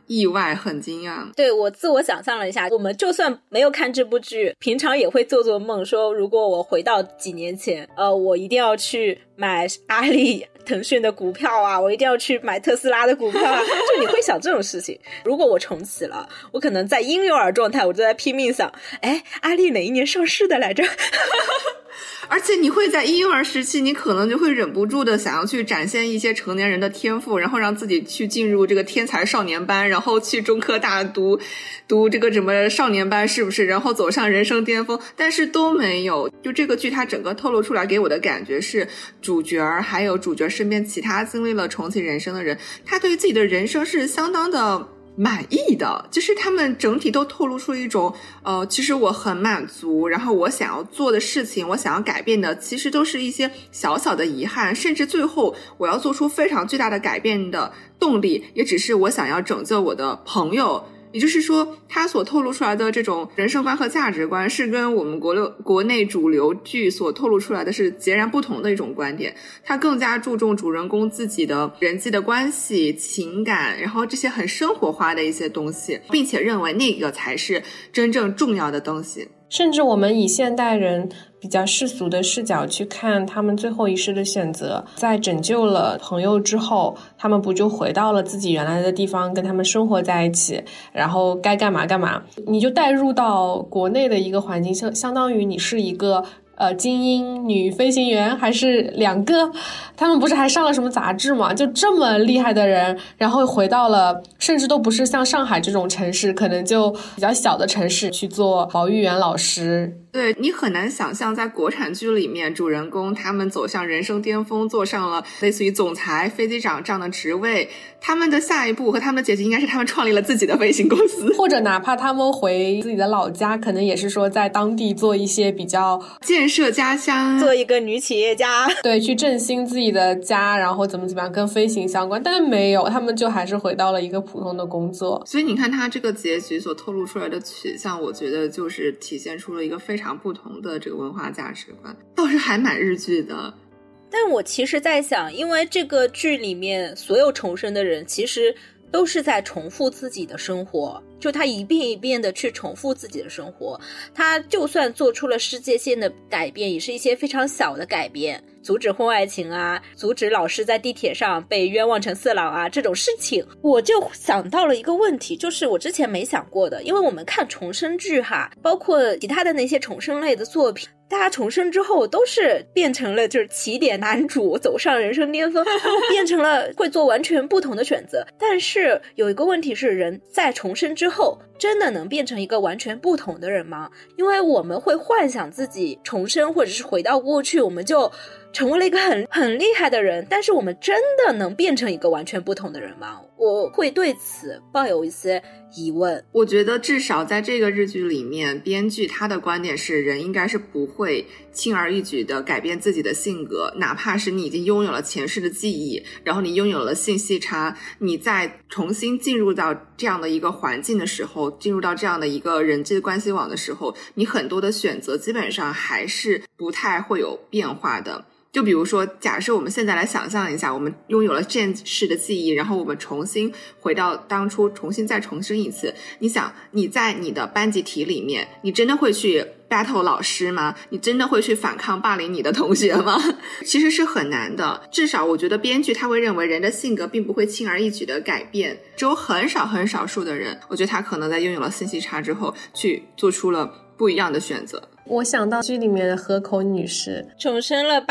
意外，很惊讶。 对，我自我想象了一下，我们就算没有看这部剧，平常也会做做梦，说如果我回到几年前，我一定要去买阿里、腾讯的股票啊，我一定要去买特斯拉的股票啊，就你会想这种事情。如果我重启了，我可能在婴幼儿状态，我就在拼命想，阿里哪一年上市的来着？ 而且你会在婴幼儿时期，你可能就会忍不住的想要去展现一些成年人的天赋，然后让自己去进入这个天才少年班，然后去中科大读这个什么少年班，是不是？然后走上人生巅峰，但是都没有。就这个剧它整个透露出来给我的感觉是，主角还有主角身边其他经历了重启人生的人，他对于自己的人生是相当的满意的，就是他们整体都透露出一种其实我很满足，然后我想要做的事情，我想要改变的其实都是一些小小的遗憾，甚至最后我要做出非常巨大的改变的动力也只是我想要拯救我的朋友。也就是说，他所透露出来的这种人生观和价值观是跟我们国内主流剧所透露出来的是截然不同的一种观点。他更加注重主人公自己的人际的关系、情感，然后这些很生活化的一些东西，并且认为那个才是真正重要的东西。 甚至我们以现代人比较世俗的视角去看他们最后一世的选择，在拯救了朋友之后，他们不就回到了自己原来的地方，跟他们生活在一起，然后该干嘛干嘛。你就带入到国内的一个环境，相当于你是一个精英女飞行员，还是两个，他们不是还上了什么杂志吗？就这么厉害的人，然后回到了甚至都不是像上海这种城市，可能就比较小的城市去做保育员老师。 对，你很难想象在国产剧里面主人公他们走向人生巅峰，坐上了类似于总裁、飞机长这样的职位，他们的下一步和他们的结局应该是他们创立了自己的飞行公司， 或者哪怕他们回自己的老家，可能也是说在当地做一些比较建设家乡， 做一个女企业家， 对，去振兴自己的家，然后怎么样跟飞行相关，但没有，他们就还是回到了一个普通的工作。 所以你看他这个结局所透露出来的取向，我觉得就是体现出了一个非常不同的这个文化价值观，倒是还蛮日剧的。 但我其实在想，因为这个剧里面所有重生的人其实都是在重复自己的生活，就他一遍一遍的去重复自己的生活，他就算做出了世界线的改变，也是一些非常小的改变，阻止婚外情啊，阻止老师在地铁上被冤枉成色狼啊，这种事情。我就想到了一个问题，就是我之前没想过的，因为我们看重生剧哈，包括其他的那些重生类的作品，大家重生之后都是变成了就是起点男主，走上人生巅峰，然后变成了会做完全不同的选择。但是有一个问题是，人在重生之后真的能变成一个完全不同的人吗？因为我们会幻想自己重生或者是回到过去，我们就成为了一个很厉害的人，但是我们真的能变成一个完全不同的人吗？我会对此抱有一些疑问。 我觉得至少在这个日剧里面，编剧他的观点是人应该是不会轻而易举的改变自己的性格，哪怕是你已经拥有了前世的记忆，然后你拥有了信息差，你再重新进入到这样的一个环境的时候，进入到这样的一个人际关系网的时候，你很多的选择基本上还是不太会有变化的。就比如说，假设我们现在来想象一下，我们拥有了这世的记忆，然后我们重新回到当初，重新再重生一次。你想，你在你的班级体里面，你真的会去 battle 老师吗？你真的会去反抗霸凌你的同学吗？其实是很难的。至少我觉得编剧他会认为人的性格并不会轻而易举的改变，只有很少数的人，我觉得他可能在拥有了信息差之后，去做出了不一样的选择。 我想到剧里面的河口女士重生了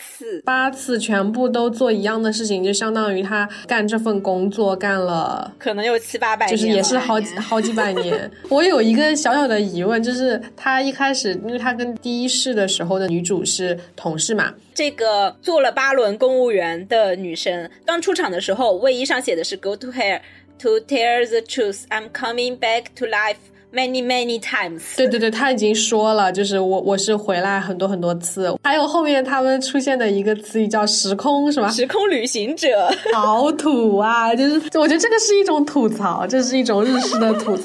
8次全部都做一样的事情，就相当于她干这份工作干了可能有700-800年， 就是也是好几百年。我有一个小小的疑问，就是她一开始因为她跟第一世的时候的女主是同事嘛， 这个做了8轮公务员的女生刚出场的时候，卫衣上写的是 Go to hell to tell the truth, I'm coming back to life many times。 对，他已经说了，就是我是回来很多次。还有后面他们出现的一个词语叫时空，是吧？ 时空旅行者。 好土啊，就是我觉得这个是一种吐槽，这是一种日式的吐槽。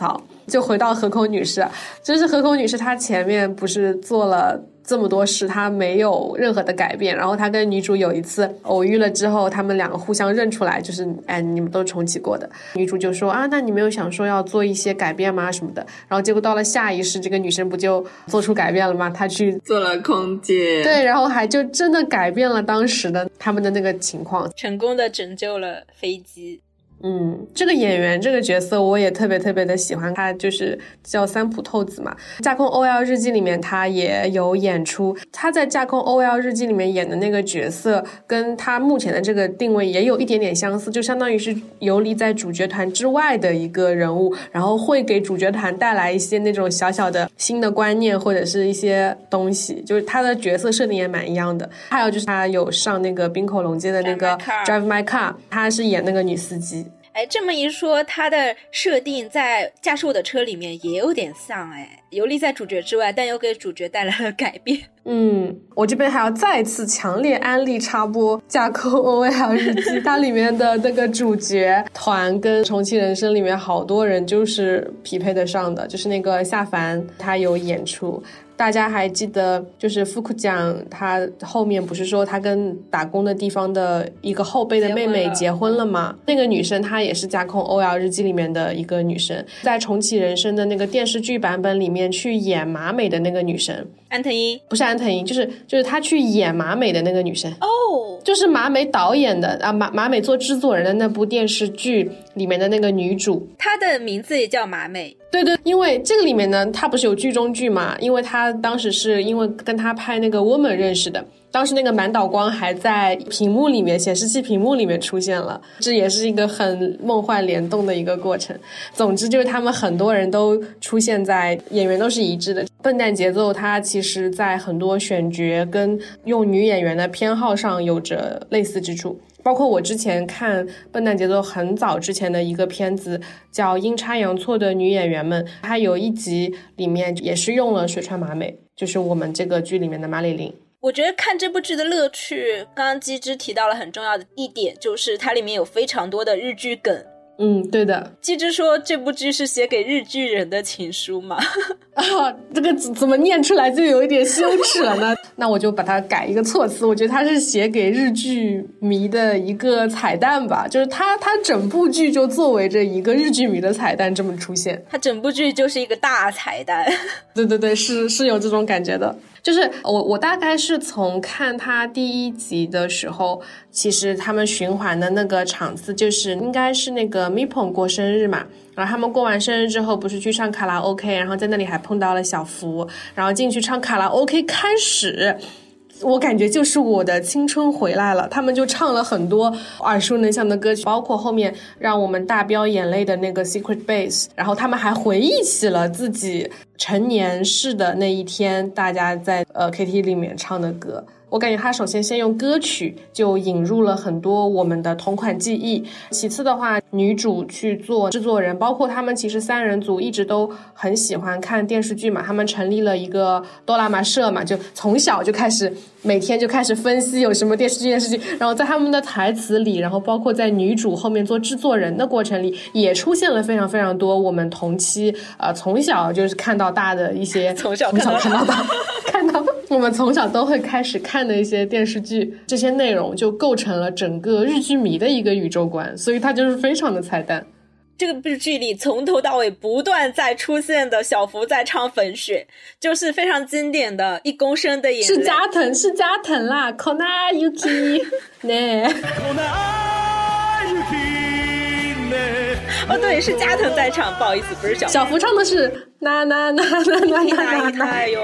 就回到河口女士，就是河口女士她前面不是做了这么多事，她没有任何的改变，然后她跟女主有一次偶遇了之后，他们两个互相认出来，就是你们都重启过的。女主就说那你没有想说要做一些改变吗什么的，然后结果到了下一世，这个女生不就做出改变了吗？她去做了空姐， 对，然后还就真的改变了当时的他们的那个情况， 成功的拯救了飞机。 这个演员这个角色我也特别特别的喜欢，他就是叫三浦透子嘛，架空 OL 日记里面他也有演出，他在架空 OL 日记里面演的那个角色跟他目前的这个定位也有一点点相似，就相当于是游离在主角团之外的一个人物，然后会给主角团带来一些那种小小的新的观念或者是一些东西，就是他的角色设定也蛮一样的。还有就是他有上那个滨口龙介的那个 Drive My Car， 他是演那个女司机。 这么一说，他的设定在驾驶我的车里面也有点像游离在主角之外，但又给主角带来了改变。 我这边还要再次强烈安利插播架空 OL 日记，它里面的那个主角团跟重启人生里面好多人就是匹配得上的，就是那个夏凡他有演出。大家还记得就是福库奖他后面不是说他跟打工的地方的一个后辈的妹妹结婚了吗？那个女生她也是架空 OL 日记里面的一个女生，在重启人生的那个电视剧版本里面去演马美的那个女生， 安藤樱， 不是安藤樱，就是她去演马美的那个女生就是马美导演的马美做制作人的那部电视剧里面的那个女主， 她的名字也叫马美。 对，因为这个里面呢，她不是有剧中剧嘛，因为她当时是因为跟她拍那个 Woman 认识的，当时那个满岛光还在屏幕里面，显示器屏幕里面出现了，这也是一个很梦幻联动的一个过程。总之就是他们很多人都出现在，演员都是一致的。笨蛋节奏它其实在很多选角跟用女演员的偏好上有着类似之处，包括我之前看笨蛋节奏很早之前的一个片子叫阴差阳错的女演员们，它有一集里面也是用了水川麻美，就是我们这个剧里面的马里琳。 我觉得看这部剧的乐趣，刚刚鸡之提到了很重要的一点，就是它里面有非常多的日剧梗。 对的。 鸡之说这部剧是写给日剧人的情书吗？ 这个怎么念出来就有一点羞耻了呢？那我就把它改一个措辞，我觉得它是写给日剧迷的一个彩蛋吧，就是它整部剧就作为这一个日剧迷的彩蛋这么出现， 它整部剧就是一个大彩蛋。 对，是有这种感觉的。就是我大概是从看他第一集的时候，其实他们循环的那个场次就是应该是那个 Mipon 过生日嘛，然后他们过完生日之后不是去唱卡拉 OK， 然后在那里还碰到了小福，然后进去唱卡拉 OK， 开始我感觉就是我的青春回来了，他们就唱了很多耳熟能详的歌曲，包括后面让我们大飙眼泪的那个 Secret Base， 然后他们还回忆起了自己成年式的那一天大家在KT 里面唱的歌。我感觉他首先用歌曲就引入了很多我们的同款记忆，其次的话女主去做制作人，包括他们其实三人组一直都很喜欢看电视剧嘛，他们成立了一个哆啦 A 社嘛，就从小就开始每天就开始分析有什么电视剧，然后在他们的台词里，然后包括在女主后面做制作人的过程里也出现了非常非常多我们同期从小就是看到大的一些从小看到大看到我们从小都会开始看的一些电视剧，这些内容就构成了整个日剧迷的一个宇宙观，所以它就是非常的彩蛋。 这个部剧里从头到尾不断在出现的小福在唱粉雪，就是非常经典的一公升的眼泪。 是加藤啦 Kona Yuki 呢哦对，是加藤在唱，不好意思，不是小福唱的是那哟。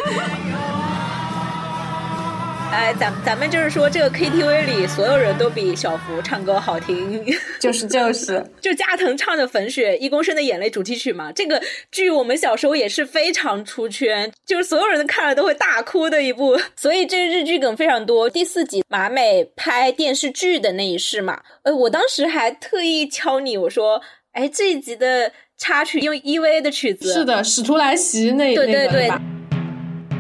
咱们就是说这个 KTV 里所有人都比小福唱歌好听， 就是就加藤唱的粉雪一公升的眼泪主题曲嘛，这个剧我们小时候也是非常出圈，就是所有人看了都会大哭的一部，所以这个日剧梗非常多。第4集马美拍电视剧的那一世嘛，我当时还特意敲你，我说这一集的插曲用 EVA 的曲子， 是的，使徒来袭那对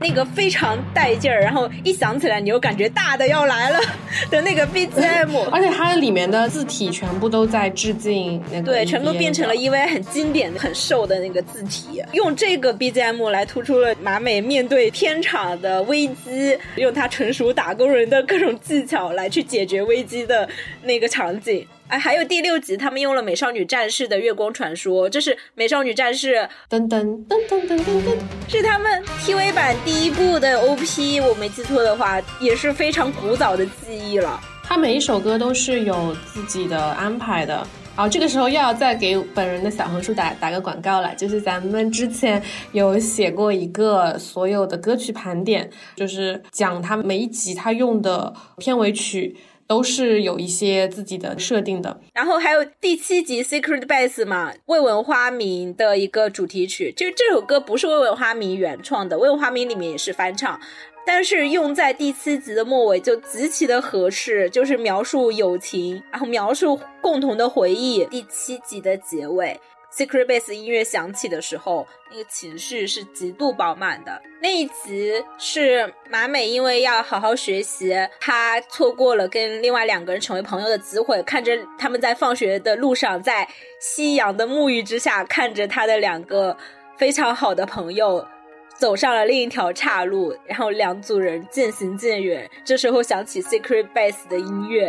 那个非常带劲儿，然后一想起来你又感觉大的要来了的那个 BGM， 而且它里面的字体全部都在致敬那个 EVA， 对，全部变成了EVA很经典很瘦的那个字体，用这个 BGM 来突出了马美面对片场的危机，用他纯属打工人的各种技巧来去解决危机的那个场景。还有第6集他们用了美少女战士的月光传说，这是美少女战士噔噔噔噔噔噔噔， 是他们 TV 版第1部的 OP， 我没记错的话也是非常古早的记忆了。 他每一首歌都是有自己的安排的。好，这个时候又要再给本人的小红书打个广告了，就是咱们之前有写过一个所有的歌曲盘点，就是讲他每一集他用的片尾曲都是有一些自己的设定的。 然后还有第7集 Secret Base 嘛，未闻花名的一个主题曲，就是这首歌不是未闻花名原创的，未闻花名里面也是翻唱，但是用在第7集的末尾就极其的合适，就是描述友情，然后描述共同的回忆。第7集的结尾 Secret Base 音乐响起的时候，那个情绪是极度饱满的。那一集是马美因为要好好学习，她错过了跟另外2个人成为朋友的机会，看着他们在放学的路上，在夕阳的沐浴之下，看着她的2个非常好的朋友走上了另一条岔路，然后2组人渐行渐远。这时候响起 Secret Base 的音乐，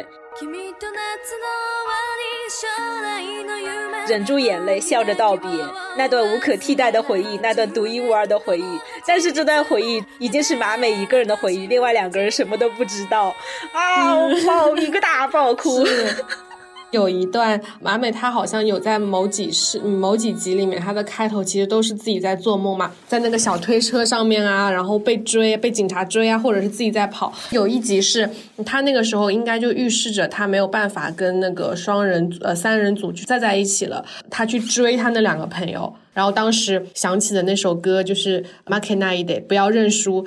忍住眼泪笑着道别那段无可替代的回忆，那段独一无二的回忆。但是这段回忆已经是马美一个人的回忆，另外2个人什么都不知道爆一个大爆哭。 有一段马美她好像有在某几集里面，她的开头其实都是自己在做梦嘛，在那个小推车上面啊，然后被警察追啊，或者是自己在跑。有一集是她那个时候应该就预示着她没有办法跟那个3人组再在一起了，她去追她那2个朋友，然后当时响起的那首歌就是負けないで，不要认输。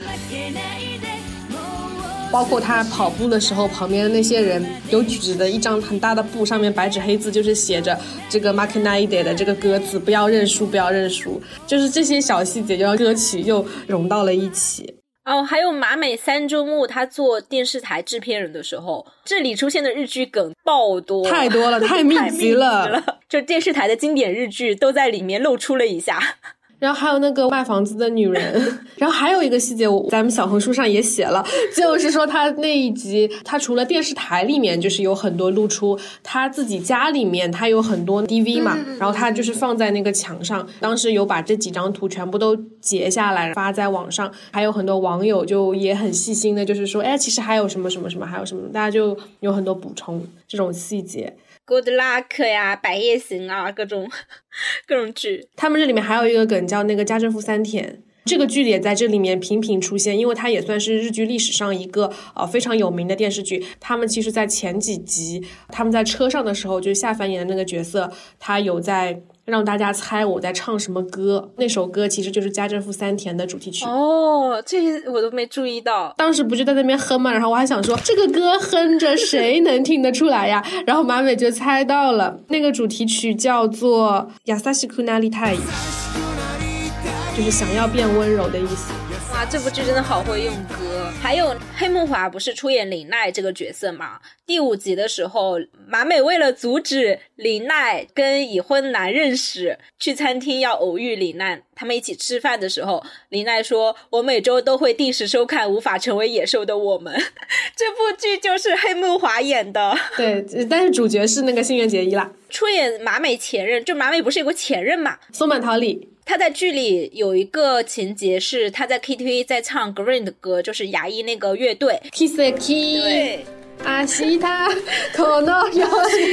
包括他跑步的时候，旁边的那些人有举着一张很大的布，上面白纸黑字就是写着这个 負けないで 的这个歌词，不要认输，不要认输。就是这些小细节就让歌曲又融到了一起。 还有马美3周目他做电视台制片人的时候，这里出现的日剧梗爆多， 太多了，太密集了， 就电视台的经典日剧都在里面露出了一下。 然后还有那个卖房子的女人，然后还有一个细节咱们小红书上也写了，就是说他那一集他除了电视台里面就是有很多露出，他自己家里面他有很多 DV 嘛，然后他就是放在那个墙上，当时有把这几张图全部都截下来发在网上，还有很多网友就也很细心的就是说其实还有什么什么什么，还有什么，大家就有很多补充这种细节。 Good Luck 呀，百叶行啊，各种剧。 他们这里面还有一个梗叫那个家政妇三田，这个剧也在这里面频频出现，因为它也算是日剧历史上一个非常有名的电视剧。他们其实在前几集他们在车上的时候，就是夏凡演的那个角色，他有在让大家猜我在唱什么歌，那首歌其实就是家政妇三田的主题曲。 这我都没注意到， 当时不就在那边哼嘛，然后我还想说这个歌哼着谁能听得出来呀，然后马美就猜到了，那个主题曲叫做優しくなりたい，就是想要变温柔的意思。 哇，这部剧真的好会用歌。还有黑木华不是出演林奈这个角色嘛，第5集的时候，马美为了阻止林奈跟已婚男认识，去餐厅要偶遇林奈，他们一起吃饭的时候，林奈说我每周都会定时收看无法成为野兽的我们。这部剧就是黑木华演的。 对，但是主角是那个新垣结衣啦， 出演马美前任，就马美不是有个前任嘛， 松坂桃李。 他在剧里有一个情节是他在 KTV 在唱 Green 的歌，就是牙医那个乐队 Kiseki 对阿西他可能有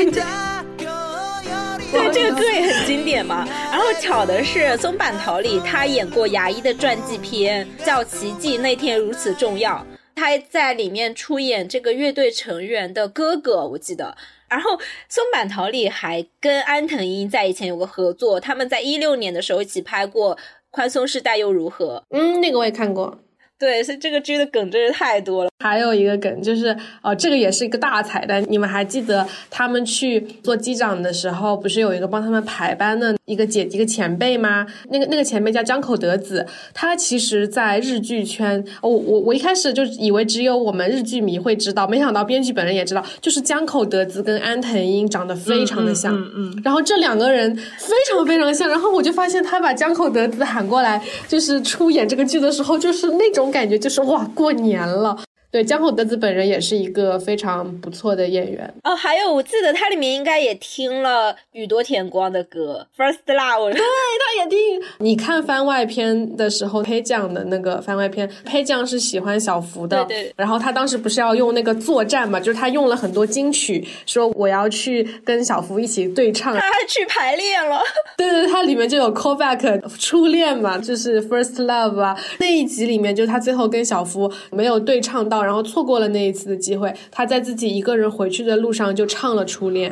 对，这个歌也很经典嘛。然后巧的是松坂桃李他演过牙医的传记片叫《奇迹那天如此重要》，他在里面出演这个乐队成员的哥哥我记得。然后松坂桃李还跟安藤樱在以前有个合作，他们在16年的时候一起拍过《宽松世代又如何》。 那个我也看过。 对，所以这个剧的梗真是太多了。 还有一个梗就是这个也是一个大彩蛋，你们还记得他们去做机长的时候，不是有一个帮他们排班的一个前辈吗？那个前辈叫江口德子，他其实在日剧圈，我一开始就以为只有我们日剧迷会知道，没想到编剧本人也知道，就是江口德子跟安藤樱长得非常的像，然后这两个人非常非常像，然后我就发现他把江口德子喊过来，就是出演这个剧的时候，就是那种感觉，就是哇，过年了。对，江口德子本人也是一个非常不错的演员哦。还有我记得他里面应该也听了宇多田光的歌 First Love。 对，他也听。你看番外篇的时候，黑酱的那个番外篇，黑酱是喜欢小福的， 对， 然后他当时不是要用那个作战嘛，就是他用了很多金曲，说我要去跟小福一起对唱， 他还去排练了。 对，他里面就有 callback 初恋嘛，就是 First Love 啊，那一集里面就他最后跟小福没有对唱到，然后错过了那一次的机会，他在自己一个人回去的路上就唱了初恋。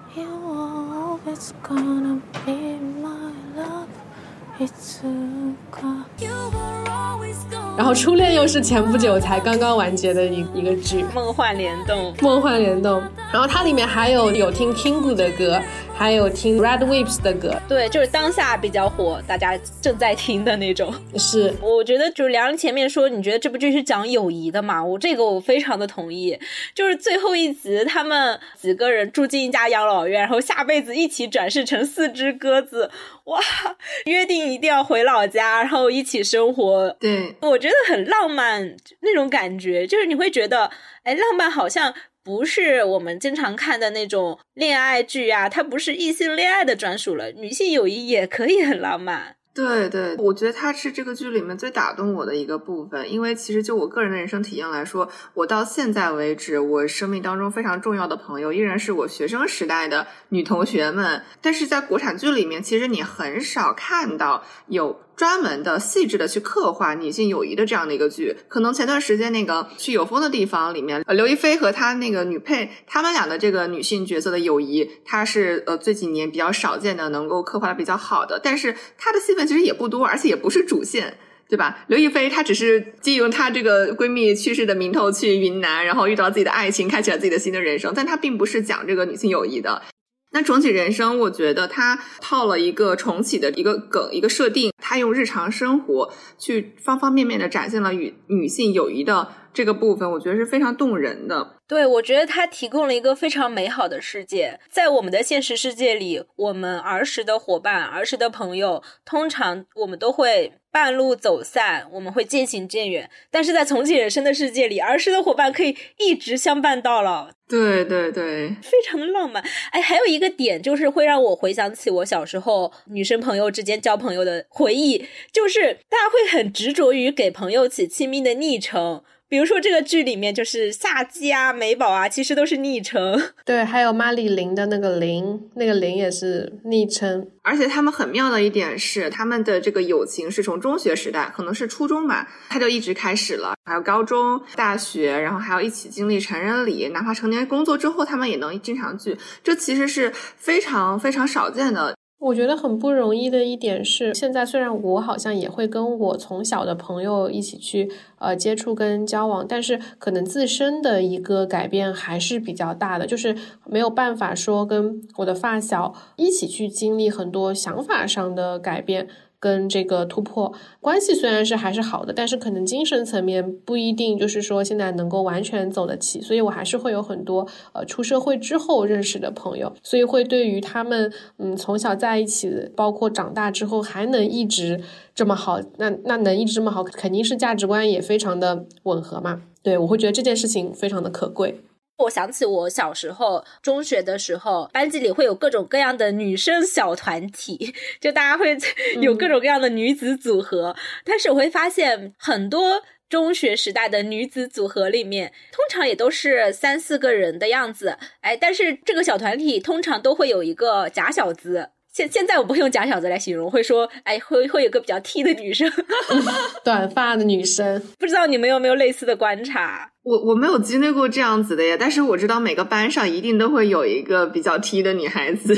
然后初恋又是前不久才刚刚完结的一个剧， 梦幻联动。 然后它里面还有听 Kingu 的歌，还有听 Red Waves 的歌。 对，就是当下比较火，大家正在听的那种。 是， 我觉得就是梁前面说你觉得这部剧是讲友谊的嘛，我非常的同意。就是最后一集他们几个人住进一家养老院，然后下辈子一起转世成4只鸽子，哇，约定一定要回老家，然后一起生活。 对， 我觉得很浪漫那种感觉，就是你会觉得浪漫好像不是我们经常看的那种恋爱剧啊，它不是异性恋爱的专属了，女性友谊也可以很浪漫。 对对，我觉得它是这个剧里面最打动我的一个部分，因为其实就我个人的人生体验来说，我到现在为止，我生命当中非常重要的朋友依然是我学生时代的女同学们，但是在国产剧里面，其实你很少看到有专门的细致的去刻画女性友谊的这样的一个剧。可能前段时间那个去有风的地方里面，刘亦菲和她那个女配，他们俩的这个女性角色的友谊，她是这几年比较少见的能够刻画的比较好的，但是她的戏份其实也不多，而且也不是主线，对吧？刘亦菲她只是借用她这个闺蜜去世的名头去云南，然后遇到自己的爱情，开启了自己的新的人生，但她并不是讲这个女性友谊的。那重启人生，我觉得它套了一个重启的一个梗，一个设定，它用日常生活去方方面面的展现了与女性友谊的这个部分，我觉得是非常动人的。 对，我觉得它提供了一个非常美好的世界。在我们的现实世界里，我们儿时的伙伴、儿时的朋友，通常我们都会半路走散，我们会渐行渐远。但是在重启人生的世界里，儿时的伙伴可以一直相伴到老。 对对对， 非常的浪漫。还有一个点就是会让我回想起我小时候女生朋友之间交朋友的回忆，就是大家会很执着于给朋友起亲密的昵称。比如说这个剧里面就是夏季啊、美宝啊，其实都是昵称。对， 还有马里琳的那个琳，那个琳也是昵称。 而且他们很妙的一点是，他们的这个友情是从中学时代，可能是初中吧，他就一直开始了，还有高中、大学，然后还要一起经历成人礼，哪怕成年工作之后，他们也能经常聚，这其实是非常非常少见的。 我觉得很不容易的一点是，现在虽然我好像也会跟我从小的朋友一起去接触跟交往，但是可能自身的一个改变还是比较大的，就是没有办法说跟我的发小一起去经历很多想法上的改变跟这个突破。关系虽然是还是好的，但是可能精神层面不一定就是说现在能够完全走得起，所以我还是会有很多出社会之后认识的朋友，所以会对于他们从小在一起，包括长大之后还能一直这么好，那能一直这么好，肯定是价值观也非常的吻合嘛。对，我会觉得这件事情非常的可贵。 我想起我小时候中学的时候，班级里会有各种各样的女生小团体，就大家会有各种各样的女子组合，但是我会发现很多中学时代的女子组合里面通常也都是3-4个人的样子，但是这个小团体通常都会有一个假小子。现在我不会用假小子来形容，会说会有个比较 T 的女生短发的女生。 不知道你们有没有类似的观察？ 我没有经历过这样子的呀，但是我知道每个班上一定都会有一个比较 T 的女孩子。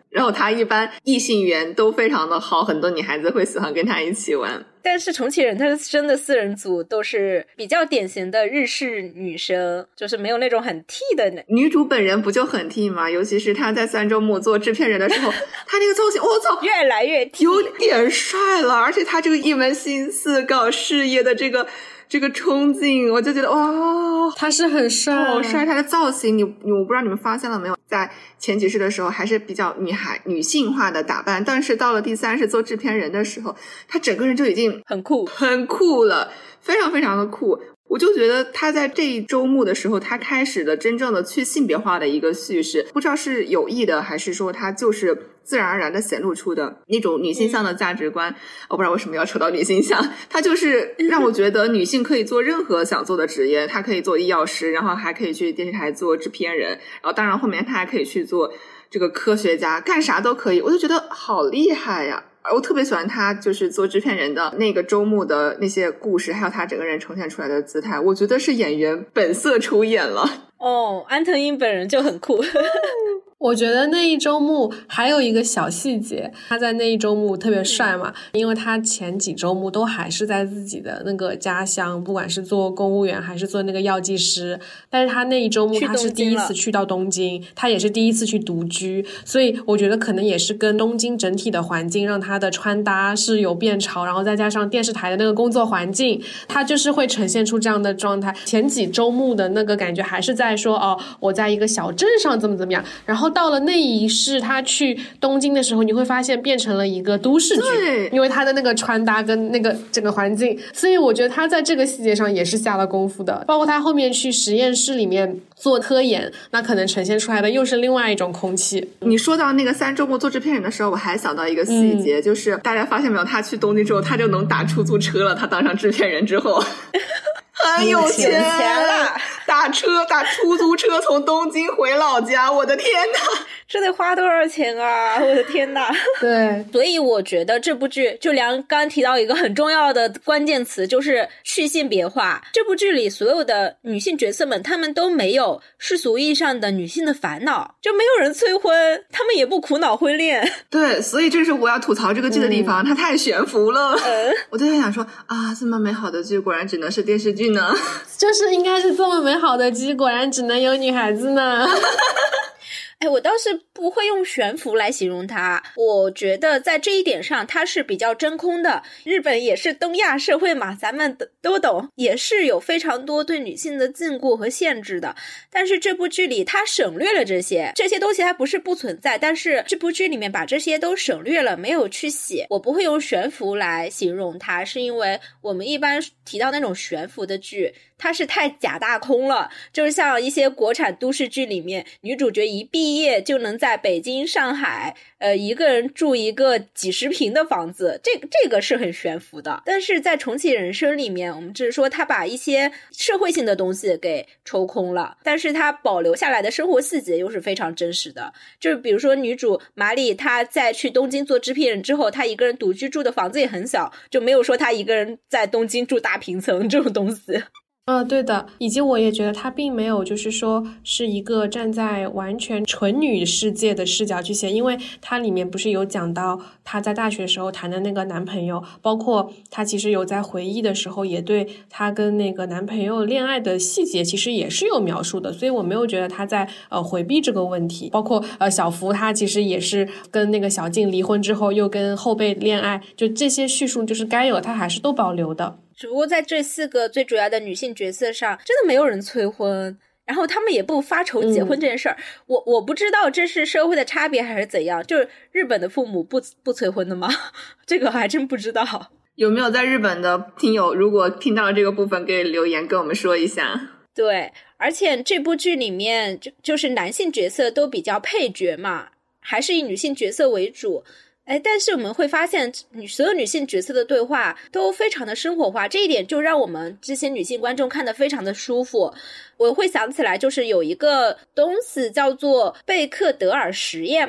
然后他一般异性缘都非常的好，很多女孩子会喜欢跟他一起玩。 但是重启人他真的4人组都是比较典型的日式女生，就是没有那种很 T 的。 女主本人不就很 T 吗？尤其是她在三周目做制片人的时候，她那个造型我操越来越 T， 有点帅了，而且她这个一门心思搞事业的这个冲劲，我就觉得哇， 他是很帅， 好帅！他的造型，我不知道你们发现了没有，在前几世的时候还是比较女性化的打扮，但是到了第3世做制片人的时候，他整个人就已经很酷了，非常非常的酷。我就觉得他在这一周目的时候，他开始了真正的去性别化的一个叙事，不知道是有意的还是说他就是自然而然的显露出的那种女性向的价值观。我不知道为什么要扯到女性向，他就是让我觉得女性可以做任何想做的职业，她可以做医药师，然后还可以去电视台做制片人，然后当然后面她还可以去做这个科学家，干啥都可以。我就觉得好厉害呀！我特别喜欢他就是做制片人的那个周目的那些故事，还有他整个人呈现出来的姿态，我觉得是演员本色出演了。 安藤樱本人就很酷。 我觉得那一周目还有一个小细节，他在那一周目特别帅嘛，因为他前几周目都还是在自己的那个家乡，不管是做公务员还是做那个药剂师，但是他那一周目他是第一次去到东京，他也是第一次去独居，所以我觉得可能也是跟东京整体的环境让他的穿搭是有变潮，然后再加上电视台的那个工作环境，他就是会呈现出这样的状态。前几周目的那个感觉还是在说我在一个小镇上怎么样，然后到了那一世他去东京的时候，你会发现变成了一个都市剧，因为他的那个穿搭跟那个整个环境，所以我觉得他在这个细节上也是下了功夫的。包括他后面去实验室里面做科研，那可能呈现出来的又是另外一种空气。 你说到那个3周目做制片人的时候，我还想到一个细节，就是大家发现没有，他去东京之后他就能打出租车了，他当上制片人之后很有钱了，打出租车从东京回老家，我的天哪， 这得花多少钱啊，我的天哪。 对， 所以我觉得这部剧就梁刚提到一个很重要的关键词，就是去性别化。这部剧里所有的女性角色们，她们都没有世俗意义上的女性的烦恼，就没有人催婚，她们也不苦恼婚恋。 对，所以这是我要吐槽这个剧的地方，它太悬浮了。我就在想说啊，这么美好的剧果然只能是电视剧呢， 就是应该是这么美好的剧果然只能有女孩子呢。 我倒是不会用悬浮来形容它，我觉得在这一点上它是比较真空的。日本也是东亚社会嘛，咱们都懂，也是有非常多对女性的禁锢和限制的。但是这部剧里它省略了这些东西，它不是不存在，但是这部剧里面把这些都省略了，没有去写。我不会用悬浮来形容它，是因为我们一般提到那种悬浮的剧，它是太假大空了，就是像一些国产都市剧里面，女主角一毕业就能在北京、上海一个人住一个几十平的房子，这个是很悬浮的。但是在重启人生里面，我们只是说他把一些社会性的东西给抽空了，但是他保留下来的生活细节又是非常真实的。就是比如说女主马里，她在去东京做制片人之后，她一个人独居住的房子也很小，就没有说她一个人在东京住大平层这种东西。 对的，以及我也觉得她并没有就是说是一个站在完全纯女世界的视角去写，因为她里面不是有讲到她在大学的时候谈的那个男朋友，包括她其实有在回忆的时候也对她跟那个男朋友恋爱的细节其实也是有描述的，所以我没有觉得她在回避这个问题。包括小福她其实也是跟那个小静离婚之后又跟后辈恋爱，就这些叙述就是该有她还是都保留的。 只不过在这4个最主要的女性角色上，真的没有人催婚，然后他们也不发愁结婚这件事儿。我不知道这是社会的差别还是怎样，就是日本的父母不催婚的吗？这个还真不知道。 有没有在日本的听友如果听到了这个部分，可以留言跟我们说一下。对， 而且这部剧里面就是男性角色都比较配角嘛，还是以女性角色为主。但是我们会发现所有女性角色的对话都非常的生活化，这一点就让我们这些女性观众看得非常的舒服。我会想起来就是有一个东西叫做贝克德尔实验嘛，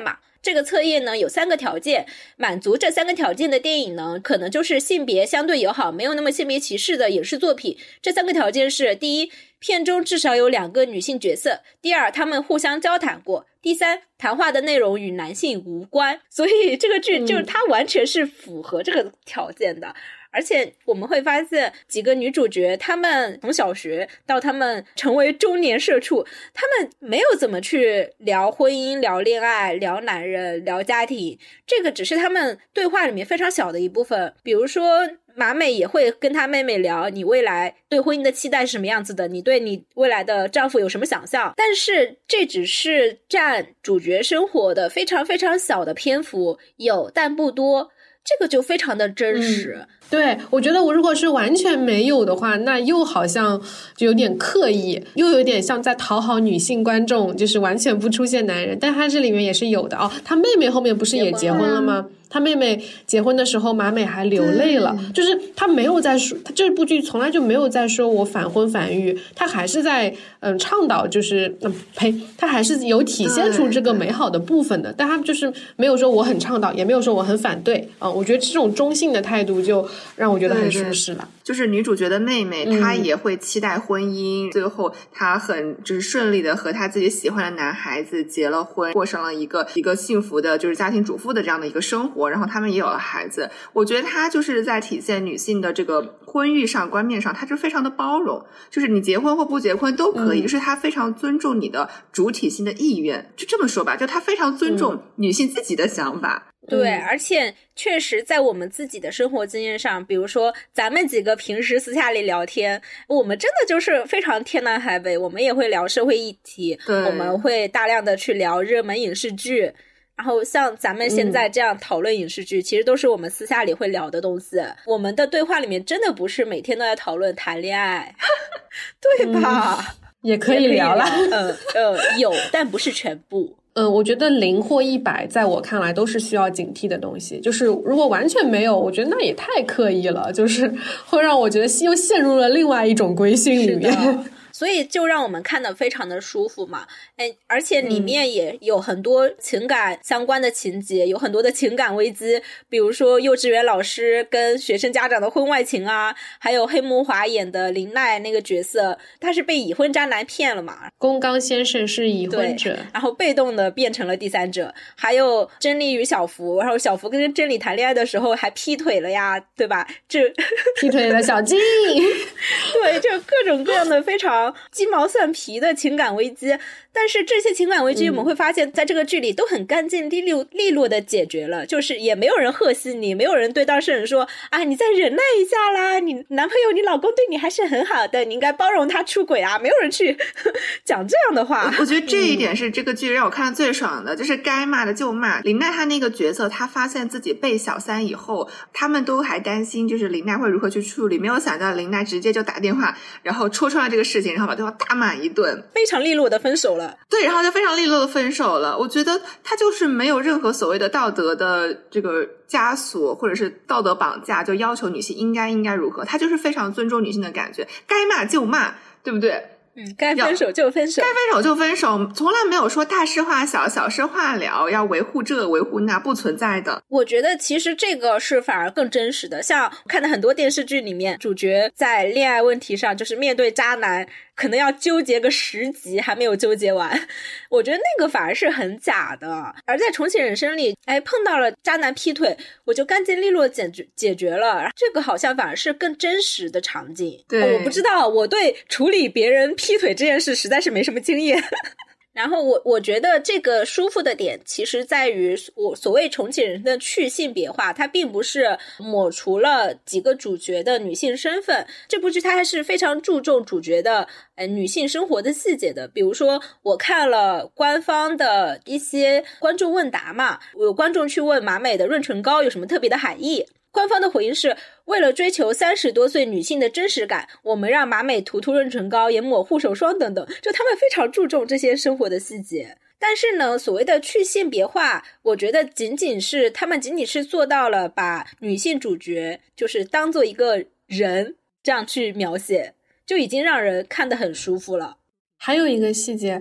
这个测验呢有3个条件，满足这3个条件的电影呢，可能就是性别相对友好，没有那么性别歧视的影视作品。这3个条件是：第一，片中至少有2个女性角色；第二，她们互相交谈过；第三，谈话的内容与男性无关。所以这个剧就是它完全是符合这个条件的。而且我们会发现几个女主角，她们从小学到她们成为中年社畜，她们没有怎么去聊婚姻、聊恋爱、聊男人、聊家庭，这个只是她们对话里面非常小的一部分。比如说马美也会跟她妹妹聊你未来对婚姻的期待是什么样子的，你对你未来的丈夫有什么想象，但是这只是占主角生活的非常非常小的篇幅，有但不多，这个就非常的真实。 对，我觉得我如果是完全没有的话，那又好像就有点刻意，又有点像在讨好女性观众，就是完全不出现男人。但他这里面也是有的哦，他妹妹后面不是也结婚了吗？他妹妹结婚的时候，马美还流泪了，就是他没有在说，他这部剧从来就没有在说我反婚反育，他还是在倡导，就是他还是有体现出这个美好的部分的，但他就是没有说我很倡导，也没有说我很反对啊。我觉得这种中性的态度就让我觉得很舒适了。 就是女主角的妹妹，她也会期待婚姻，最后她很就是顺利的和她自己喜欢的男孩子结了婚，过上了一个幸福的就是家庭主妇的这样的一个生活，然后他们也有了孩子。我觉得她就是在体现女性的这个婚育上观念上，她就非常的包容，就是你结婚或不结婚都可以，就是她非常尊重你的主体性的意愿，就这么说吧，就她非常尊重女性自己的想法。 对，而且确实在我们自己的生活经验上，比如说咱们几个平时私下里聊天，我们真的就是非常天南海北，我们也会聊社会议题，我们会大量的去聊热门影视剧，然后像咱们现在这样讨论影视剧，其实都是我们私下里会聊的东西。我们的对话里面真的不是每天都在讨论谈恋爱对吧？ 也可以聊了有，但不是全部。 我觉得0或100在我看来都是需要警惕的东西，就是如果完全没有，我觉得那也太刻意了，就是会让我觉得又陷入了另外一种规训里面。 所以就让我们看得非常的舒服嘛，而且里面也有很多情感相关的情节，有很多的情感危机，比如说幼稚园老师跟学生家长的婚外情啊，还有黑木华演的林奈那个角色，他是被已婚渣男骗了嘛， 宫冈先生是已婚者， 然后被动的变成了第三者，还有真理与小福，然后小福跟真理谈恋爱的时候还劈腿了呀，对吧？这劈腿了小静对，就各种各样的非常鸡毛蒜皮的情感危机，但是这些情感危机我们会发现在这个剧里都很干净利落的解决了，就是也没有人和稀泥，没有人对当事人说啊你再忍耐一下啦，你男朋友你老公对你还是很好的，你应该包容他出轨啊，没有人去讲这样的话。 我觉得这一点是这个剧让我看的最爽的，就是该骂的就骂。林奈她那个角色，她发现自己被小三以后，他们都还担心就是林奈会如何去处理，没有想到林奈直接就打电话然后戳穿了这个事情，然后把对方大骂一顿， 非常利落的分手了。 对，然后就非常利落的分手了。我觉得他就是没有任何所谓的道德的这个枷锁或者是道德绑架，就要求女性应该如何，他就是非常尊重女性的感觉，该骂就骂，对不对？ 该分手就分手， 该分手就分手，从来没有说大事化小，小事化了，要维护这维护那，不存在的。 我觉得其实这个是反而更真实的，像看的很多电视剧里面，主角在恋爱问题上就是面对渣男可能要纠结个10集还没有纠结完，我觉得那个反而是很假的。而在重启人生里，碰到了渣男劈腿，我就干净利落解决了，这个好像反而是更真实的场景。 对， 我不知道，我对处理别人劈腿这件事实在是没什么经验然后我觉得这个舒服的点其实在于我所谓重启人生的去性别化，它并不是抹除了几个主角的女性身份，这部剧它还是非常注重主角的女性生活的细节的。比如说我看了官方的一些观众问答嘛，有观众去问马美的润唇膏有什么特别的含义，官方的回应是为了追求30多岁女性的真实感，我们让马美涂润唇膏也抹护手霜等等，就他们非常注重这些生活的细节。但是呢，所谓的去性别化，我觉得他们仅仅是做到了把女性主角就是当做一个人这样去描写，就已经让人看得很舒服了。 还有一个细节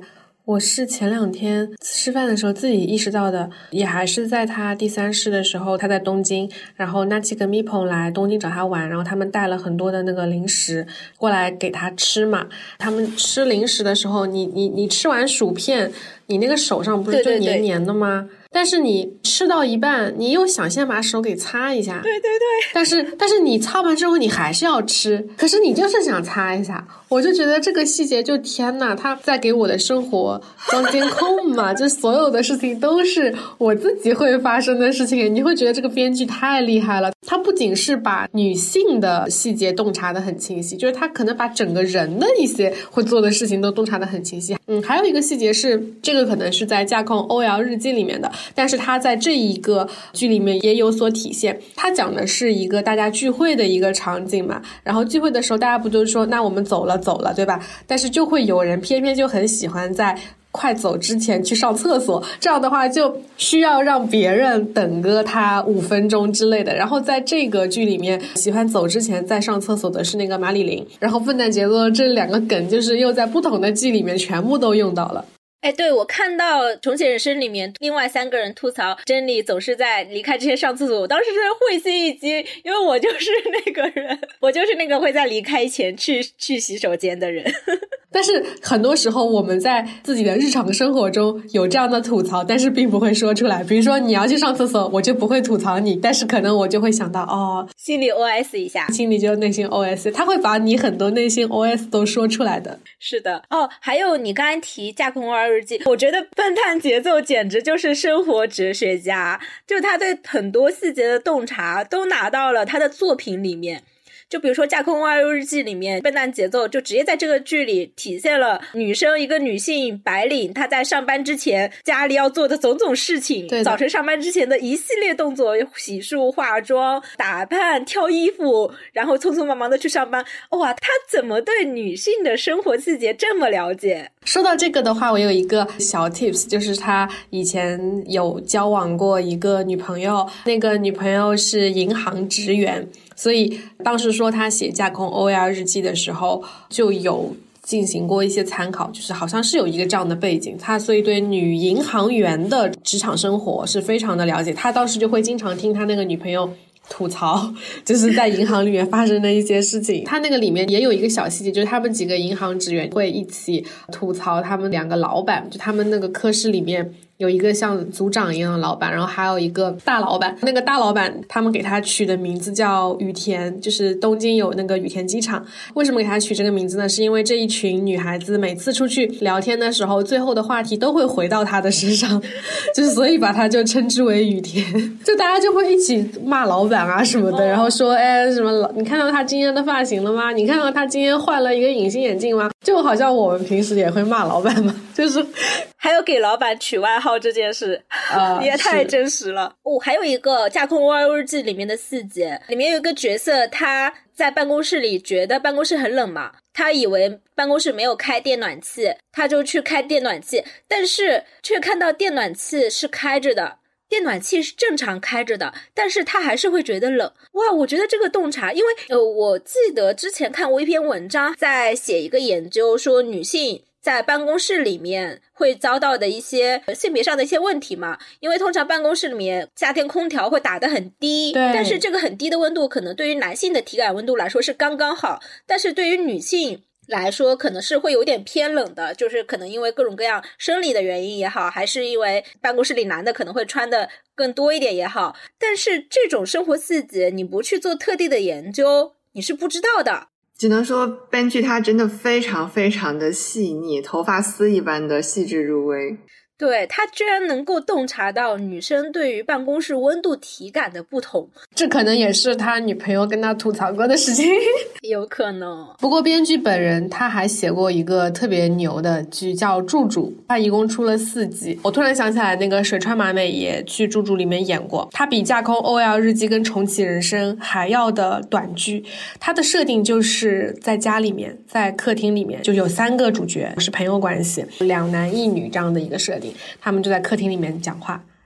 我是前2天吃饭的时候自己意识到的，也还是在他第3世的时候，他在东京，然后那几个咪朋来东京找他玩，然后他们带了很多的那个零食过来给他吃嘛。他们吃零食的时候，你吃完薯片，你那个手上不是就黏黏的吗？对对对，但是你吃到一半，你又想先把手给擦一下， 对对对， 但是你擦完之后你还是要吃，可是你就是想擦一下。我就觉得这个细节就天哪，他在给我的生活装监控嘛，就所有的事情都是我自己会发生的事情。你会觉得这个编剧太厉害了，他不仅是把女性的细节洞察得很清晰，就是他可能把整个人的一些会做的事情都洞察得很清晰。还有一个细节是，这个可能是在架空 OL 日记里面的，但是他在这一个剧里面也有所体现。他讲的是一个大家聚会的一个场景嘛，然后聚会的时候大家不都说那我们走了对吧，但是就会有人偏偏就很喜欢在快走之前去上厕所，这样的话就需要让别人等个他5分钟之类的。然后在这个剧里面，喜欢走之前再上厕所的是那个马里琳，然后笨蛋节奏这2个梗就是又在不同的剧里面全部都用到了。 哎，对，我看到《重启人生》里面另外3个人吐槽真理总是在离开之前上厕所，我当时真的会心一击，因为我就是那个人，我就是那个会在离开前去洗手间的人。 但是很多时候我们在自己的日常生活中有这样的吐槽，但是并不会说出来。比如说你要去上厕所，我就不会吐槽你，但是可能我就会想到心里 OS 一下， 心里就内心 OS， 他会把你很多内心 OS 都说出来的。 是的。还有你刚才提架空OL日记，我觉得笨蛋节奏简直就是生活哲学家，就他对很多细节的洞察都拿到了他的作品里面。就比如说架空OL日记里面，笨蛋节奏就直接在这个剧里体现了一个女性白领，她在上班之前家里要做的种种事情，早晨上班之前的一系列动作，洗漱、化妆、打扮、挑衣服，然后匆匆忙忙的去上班。哇，她怎么对女性的生活细节这么了解？ 说到这个的话，我有一个小 tips， 就是他以前有交往过一个女朋友，那个女朋友是银行职员，所以当时说他写架空 OL 日记的时候就有进行过一些参考，就是好像是有一个这样的背景，他所以对女银行员的职场生活是非常的了解。他当时就会经常听他那个女朋友吐槽就是在银行里面发生的一些事情。他那个里面也有一个小细节，就是他们几个银行职员会一起吐槽他们2个老板，就他们那个科室里面有一个像组长一样的老板，然后还有一个大老板。那个大老板他们给他取的名字叫羽田，就是东京有那个羽田机场。为什么给他取这个名字呢？是因为这一群女孩子每次出去聊天的时候，最后的话题都会回到他的身上，就是所以把他就称之为羽田。就大家就会一起骂老板啊什么的，然后说什么你看到他今天的发型了吗？你看到他今天换了一个隐形眼镜吗？就好像我们平时也会骂老板嘛，就是还有给老板取外号这件事也太真实了。还有一个架空 OL 日记里面的细节，里面有一个角色，他在办公室里觉得办公室很冷嘛，他以为办公室没有开电暖气，他就去开电暖气，但是却看到电暖气是开着的，电暖气是正常开着的，但是他还是会觉得冷。哇，我觉得这个洞察，因为我记得之前看过一篇文章，在写一个研究，说女性在办公室里面会遭到的一些性别上的一些问题嘛，因为通常办公室里面夏天空调会打得很低，但是这个很低的温度可能对于男性的体感温度来说是刚刚好，但是对于女性来说可能是会有点偏冷的，就是可能因为各种各样生理的原因也好，还是因为办公室里男的可能会穿的更多一点也好，但是这种生活细节你不去做特地的研究，你是不知道的。 只能说编剧他真的非常非常的细腻，头发丝一般的细致入微。 对，他居然能够洞察到女生对于办公室温度体感的不同， 这可能也是他女朋友跟他吐槽过的事情有可能。 不过编剧本人他还写过一个特别牛的剧叫柱柱，他一共出了4集。我突然想起来那个水川麻美也去柱柱里面演过，他比架空 OL 日记跟重启人生还要的短剧。他的设定就是在家里面，在客厅里面就有3个主角是朋友关系，2男1女这样的一个设定，他们就在客厅里面讲话，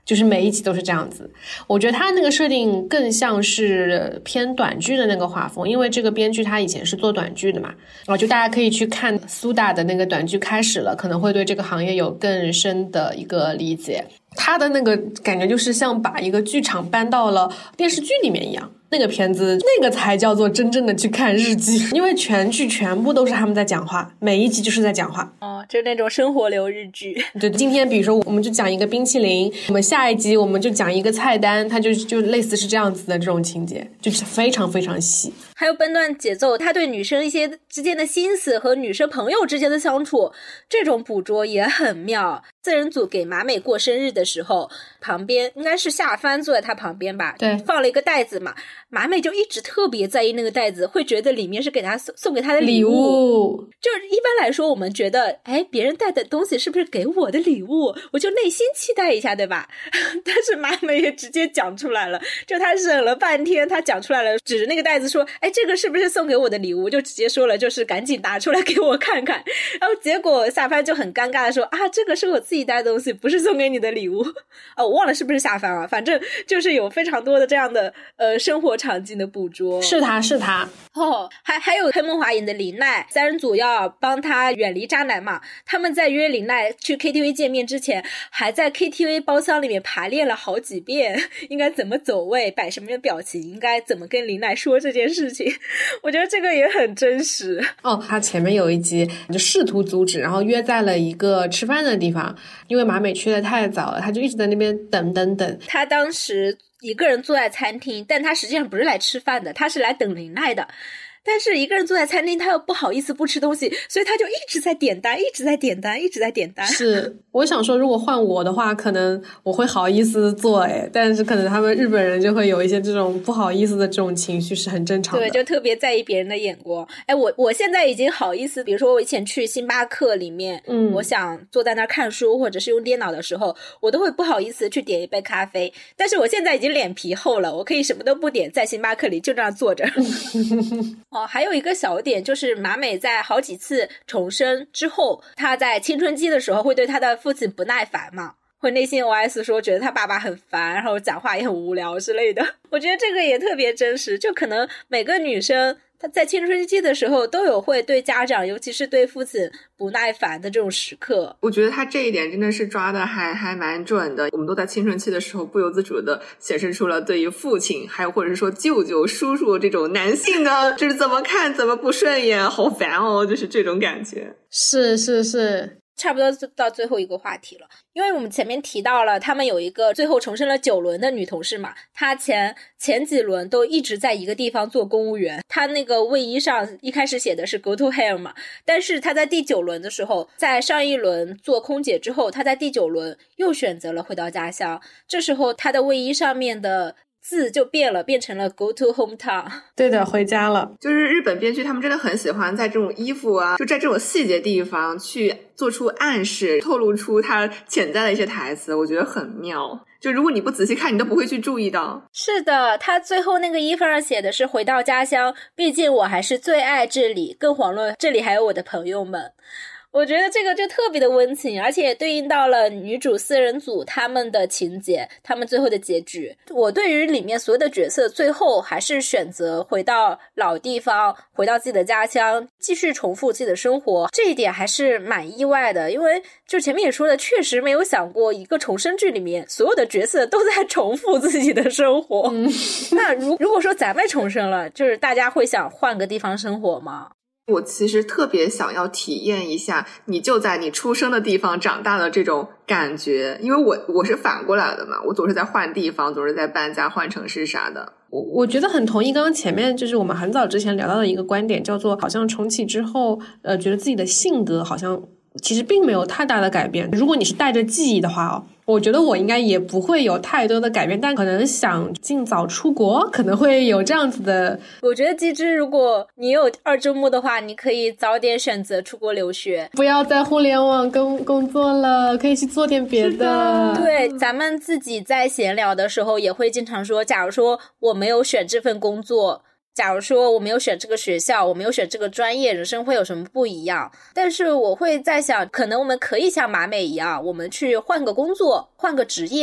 就是每一集都是这样子。我觉得他那个设定更像是偏短剧的那个画风，因为这个编剧他以前是做短剧的嘛，就大家可以去看苏打的那个短剧开始了，可能会对这个行业有更深的一个理解。他的那个感觉就是像把一个剧场搬到了电视剧里面一样，那个片子那个才叫做真正的去看日剧，因为全剧全部都是他们在讲话，每一集就是在讲话。 就那种生活流日剧。 对，今天比如说我们就讲一个冰淇淋，我们下一集我们就讲一个菜单，它就类似是这样子的这种情节，就是非常非常细。 还有分段节奏，他对女生一些之间的心思和女生朋友之间的相处，这种捕捉也很妙。四人组给马美过生日的时候，旁边应该是夏帆坐在他旁边吧， 对， 放了一个袋子嘛，马美就一直特别在意那个袋子，会觉得里面是给他送给他的礼物。就是一般来说我们觉得别人带的东西是不是给我的礼物，我就内心期待一下，对吧？但是马美也直接讲出来了，就他忍了半天，他讲出来了，指着那个袋子说这个是不是送给我的礼物，就直接说了，就是赶紧拿出来给我看看。然后结果夏帆就很尴尬的说这个是我自己带的东西，不是送给你的礼物。我忘了是不是夏帆啊，反正就是有非常多的这样的生活场景的捕捉。 是他还有黑梦华演的林奈，三人组要帮他远离渣男嘛，他们在约林奈去 KTV 见面之前，还在 KTV 包厢里面排练了好几遍，应该怎么走位，摆什么样的表情，应该怎么跟林奈说这件事情。我觉得这个也很真实。 他前面有一集就试图阻止，然后约在了一个吃饭的地方，因为马美去的太早了，他就一直在那边等。 他当时一个人坐在餐厅，但他实际上不是来吃饭的，他是来等林奈的。但是一个人坐在餐厅，他又不好意思不吃东西，所以他就一直在点单。是， 我想说如果换我的话，可能我会好意思做但是可能他们日本人就会有一些这种不好意思的这种情绪，是很正常的。 对，就特别在意别人的眼光。我现在已经好意思，比如说我以前去星巴克里面，我想坐在那儿看书或者是用电脑的时候，我都会不好意思去点一杯咖啡。但是我现在已经脸皮厚了，我可以什么都不点，在星巴克里就这样坐着。还有一个小点，就是马美在好几次重生之后，她在青春期的时候会对她的父亲不耐烦嘛，会内心 OS 说觉得他爸爸很烦，然后讲话也很无聊之类的。我觉得这个也特别真实，就可能每个女生她在青春期的时候都有会对家长尤其是对父亲不耐烦的这种时刻。 我觉得他这一点真的是抓的还蛮准的。我们都在青春期的时候不由自主的显示出了对于父亲还有或者是说舅舅叔叔这种男性的就是怎么看怎么不顺眼，好烦哦，就是这种感觉。 是差不多到最后一个话题了，因为我们前面提到了他们有一个最后重生了9轮的女同事嘛，她前几轮都一直在一个地方做公务员，她那个卫衣上一开始写的是 go to hell 嘛，但是她在第9轮的时候，在上一轮做空姐之后，她在第9轮又选择了回到家乡，这时候她的卫衣上面的字就变了，变成了 go to hometown。 对的，回家了。 就是日本编剧他们真的很喜欢在这种衣服啊，就在这种细节地方去做出暗示，透露出它潜在的一些台词，我觉得很妙。就如果你不仔细看，你都不会去注意到。 是的，他最后那个衣服上写的是回到家乡，毕竟我还是最爱这里，更遑论这里还有我的朋友们。我觉得这个就特别的温情，而且也对应到了女主4人组他们的情节，他们最后的结局。我对于里面所有的角色最后还是选择回到老地方，回到自己的家乡，继续重复自己的生活，这一点还是蛮意外的。因为就前面也说的，确实没有想过一个重生剧里面所有的角色都在重复自己的生活。那如果说咱们重生了，就是大家会想换个地方生活吗？ 我其实特别想要体验一下你就在你出生的地方长大的这种感觉，因为我是反过来的嘛，我总是在换地方，总是在搬家换城市啥的。 我觉得很同意刚刚前面就是我们很早之前聊到的一个观点，叫做好像重启之后觉得自己的性格好像其实并没有太大的改变。如果你是带着记忆的话我觉得我应该也不会有太多的改变，但可能想尽早出国，可能会有这样子的。 我觉得机智，如果你有2周目的话，你可以早点选择出国留学， 不要在互联网工作了，可以去做点别的。 对，咱们自己在闲聊的时候也会经常说，假如说我没有选这份工作，假如说我没有选这个学校，我没有选这个专业，人生会有什么不一样？但是我会在想，可能我们可以像马美一样，我们去换个工作，换个职业，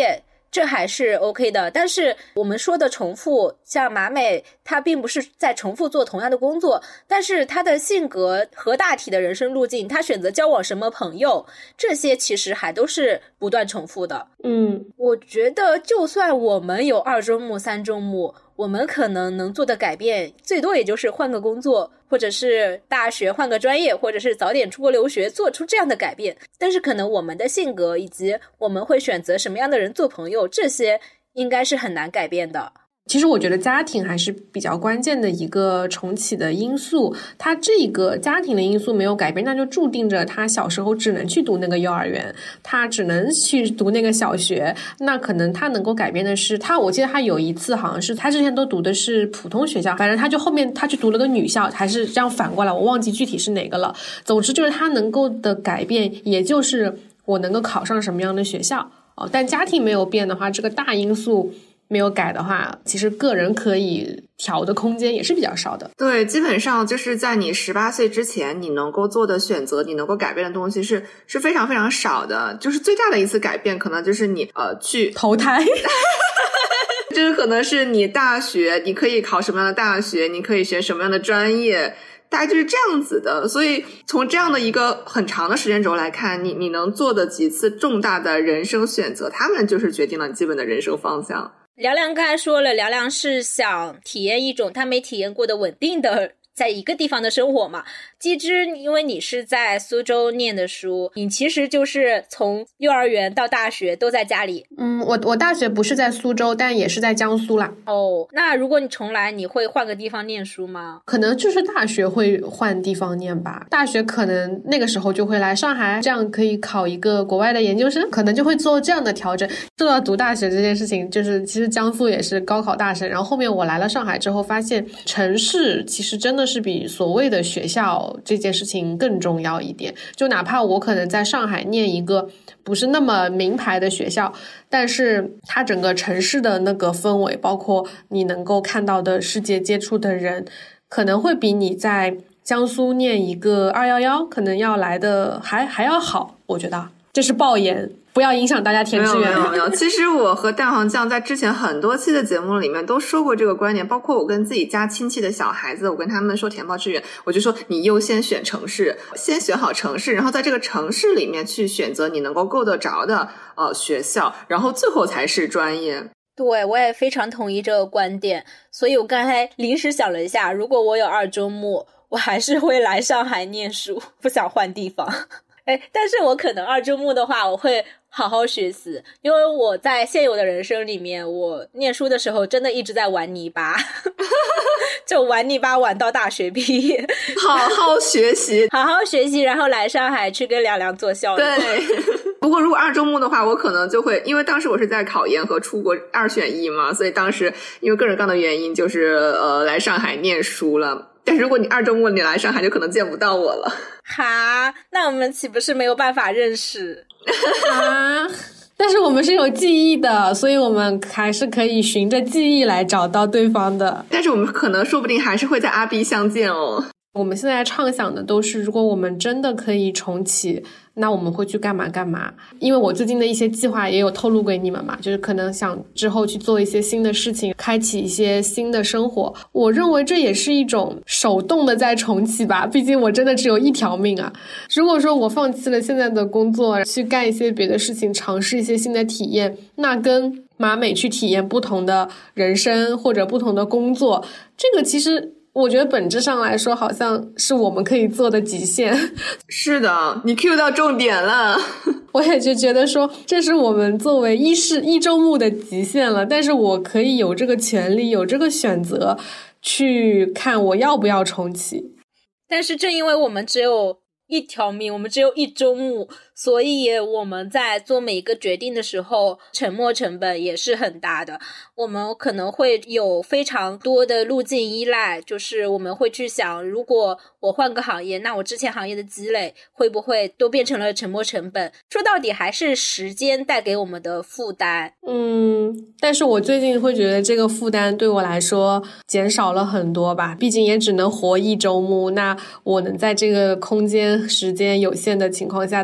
这还是 OK 的。但是我们说的重复，像马美她并不是在重复做同样的工作，但是她的性格和大体的人生路径，她选择交往什么朋友，这些其实还都是不断重复的。我觉得就算我们有2周目3周目，我们可能能做的改变最多也就是换个工作，或者是大学换个专业，或者是早点出国留学，做出这样的改变。但是可能我们的性格以及我们会选择什么样的人做朋友，这些应该是很难改变的。 其实我觉得家庭还是比较关键的一个重启的因素，他这个家庭的因素没有改变，那就注定着他小时候只能去读那个幼儿园，他只能去读那个小学。那可能他能够改变的是我记得他有一次好像是他之前都读的是普通学校，反正他就后面他去读了个女校，还是这样反过来，我忘记具体是哪个了。总之就是他能够的改变也就是我能够考上什么样的学校但家庭没有变的话，这个大因素没有改的话，其实个人可以调的空间也是比较少的。 对，基本上就是在你18岁之前，你能够做的选择，你能够改变的东西是非常非常少的。就是最大的一次改变，可能就是你去投胎。 这可能是你大学，你可以考什么样的大学，你可以选什么样的专业，大概就是这样子的。所以从这样的一个很长的时间轴来看，你能做的几次重大的人生选择，他们就是决定了你基本的人生方向。 凉凉刚才说了，凉凉是想体验一种他没体验过的稳定的在一个地方的生活嘛。机智，因为你是在苏州念的书，你其实就是从幼儿园到大学都在家里。 我大学不是在苏州，但也是在江苏啦。 那如果你重来，你会换个地方念书吗？ 可能就是大学会换地方念吧，大学可能那个时候就会来上海，这样可以考一个国外的研究生，可能就会做这样的调整。做到读大学这件事情，就是其实江苏也是高考大省，然后后面我来了上海之后，发现城市其实真的是比所谓的学校这件事情更重要一点。就哪怕我可能在上海念一个不是那么名牌的学校，但是它整个城市的那个氛围，包括你能够看到的世界接触的人，可能会比你在江苏念一个211可能要来的还要好。我觉得这是爆言，不要影响大家填志愿。 没有。其实我和蛋黄酱在之前很多期的节目里面都说过这个观点，包括我跟自己家亲戚的小孩子，我跟他们说填报志愿，我就说你优先选城市，先选好城市，然后在这个城市里面去选择你能够够得着的学校，然后最后才是专业。 对，我也非常同意这个观点。所以我刚才临时想了一下，如果我有2周目，我还是会来上海念书，不想换地方。但是我可能2周目的话，我会好好学习，因为我在现有的人生里面，我念书的时候真的一直在玩泥巴，就玩泥巴玩到大学毕业。 好好学习， 好好学习，然后来上海去跟凉凉做校友。 对。不过如果2周目的话，我可能就会，因为当时我是在考研和出国2选1嘛，所以当时因为各种各样的原因，就是来上海念书了。但是如果你2周目你来上海，就可能见不到我了。 哈，那我们岂不是没有办法认识啊？但是我们是有记忆的，所以我们还是可以循着记忆来找到对方的。 但是我们可能说不定还是会在阿 B 相见哦。 我们现在畅想的都是，如果我们真的可以重启，那我们会去干嘛干嘛。因为我最近的一些计划也有透露给你们嘛，就是可能想之后去做一些新的事情，开启一些新的生活。我认为这也是一种手动的在重启吧，毕竟我真的只有1条命啊。如果说我放弃了现在的工作，去干一些别的事情，尝试一些新的体验，那跟马美去体验不同的人生或者不同的工作，这个其实我觉得本质上来说好像是我们可以做的极限。 是的，你 cue 到重点了。 我也就觉得说这是我们作为1周目的极限了，但是我可以有这个权利，有这个选择去看我要不要重启。 但是正因为我们只有1条命，我们只有1周目，所以我们在做每一个决定的时候，沉没成本也是很大的。我们可能会有非常多的路径依赖，就是我们会去想，如果我换个行业，那我之前行业的积累会不会都变成了沉没成本？说到底还是时间带给我们的负担。 但是我最近会觉得这个负担对我来说减少了很多吧，毕竟也只能活1周目，那我能在这个空间时间有限的情况下体验到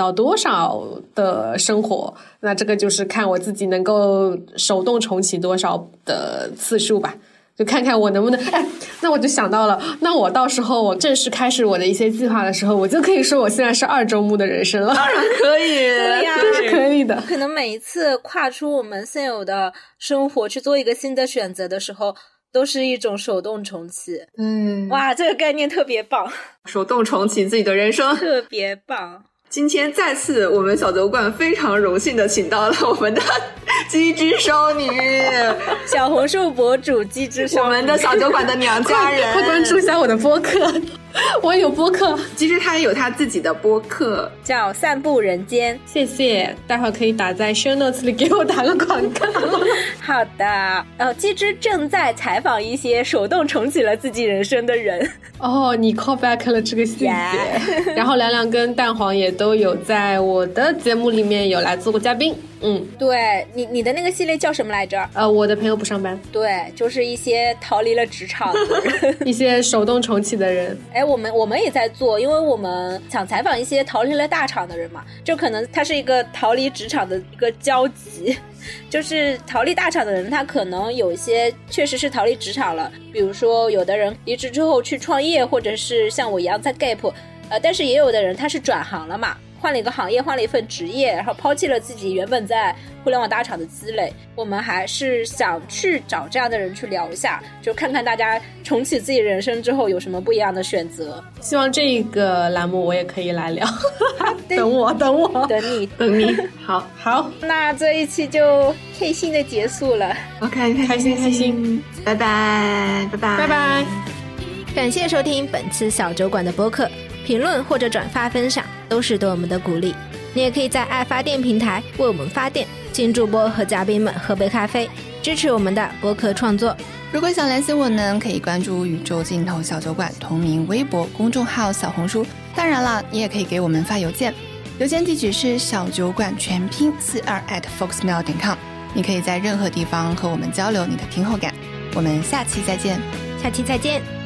到多少的生活，那这个就是看我自己能够手动重启多少的次数吧，就看看我能不能。那我就想到了，那我到时候我正式开始我的一些计划的时候，我就可以说我现在是2周目的人生了。 当然可以， 对呀， 这是可以的。 可能每一次跨出我们现有的生活去做一个新的选择的时候，都是一种手动重启。哇，这个概念特别棒， 手动重启自己的人生， 特别棒。 今天再次我们小酒馆非常荣幸的请到了我们的机智少女小红书博主机智少女， 我们的小酒馆的娘家人， 快关注一下我的播客，我也有播客。 其实她也有她自己的播客， 叫散步人间。 谢谢，待会儿可以打在 show notes 里给我打个广告。 好的，机智正在采访一些手动重启了自己人生的人。 哦，你 call back 了这个细节。然后凉凉跟蛋黄也都有在我的节目里面有来做过嘉宾。 对，你的那个系列叫什么来着？ 我的朋友不上班。 对，就是一些逃离了职场的人， 一些手动重启的人。 我们也在做，因为我们想采访一些逃离了大厂的人嘛，就可能他是一个逃离职场的一个交集。就是逃离大厂的人，他可能有一些确实是逃离职场了，比如说有的人离职之后去创业，或者是像我一样在 gap，但是也有的人他是转行了嘛，换了一个行业，换了一份职业，然后抛弃了自己原本在互联网大厂的积累。我们还是想去找这样的人去聊一下，就看看大家重启自己人生之后有什么不一样的选择。 希望这个栏目我也可以来聊。等我等你。好， 那这一期就开心的结束了。 OK， 开心，拜拜。 感谢收听本次小酒馆的播客，评论或者转发分享都是对我们的鼓励。你也可以在爱发电平台为我们发电，请主播和嘉宾们喝杯咖啡，支持我们的播客创作。 如果想联系我们，可以关注宇宙尽头小酒馆同名微博、公众号、小红书。当然了，你也可以给我们发邮件，邮件地址是小酒馆全拼42@foxmail.com。你可以在任何地方和我们交流你的听后感。我们下期再见。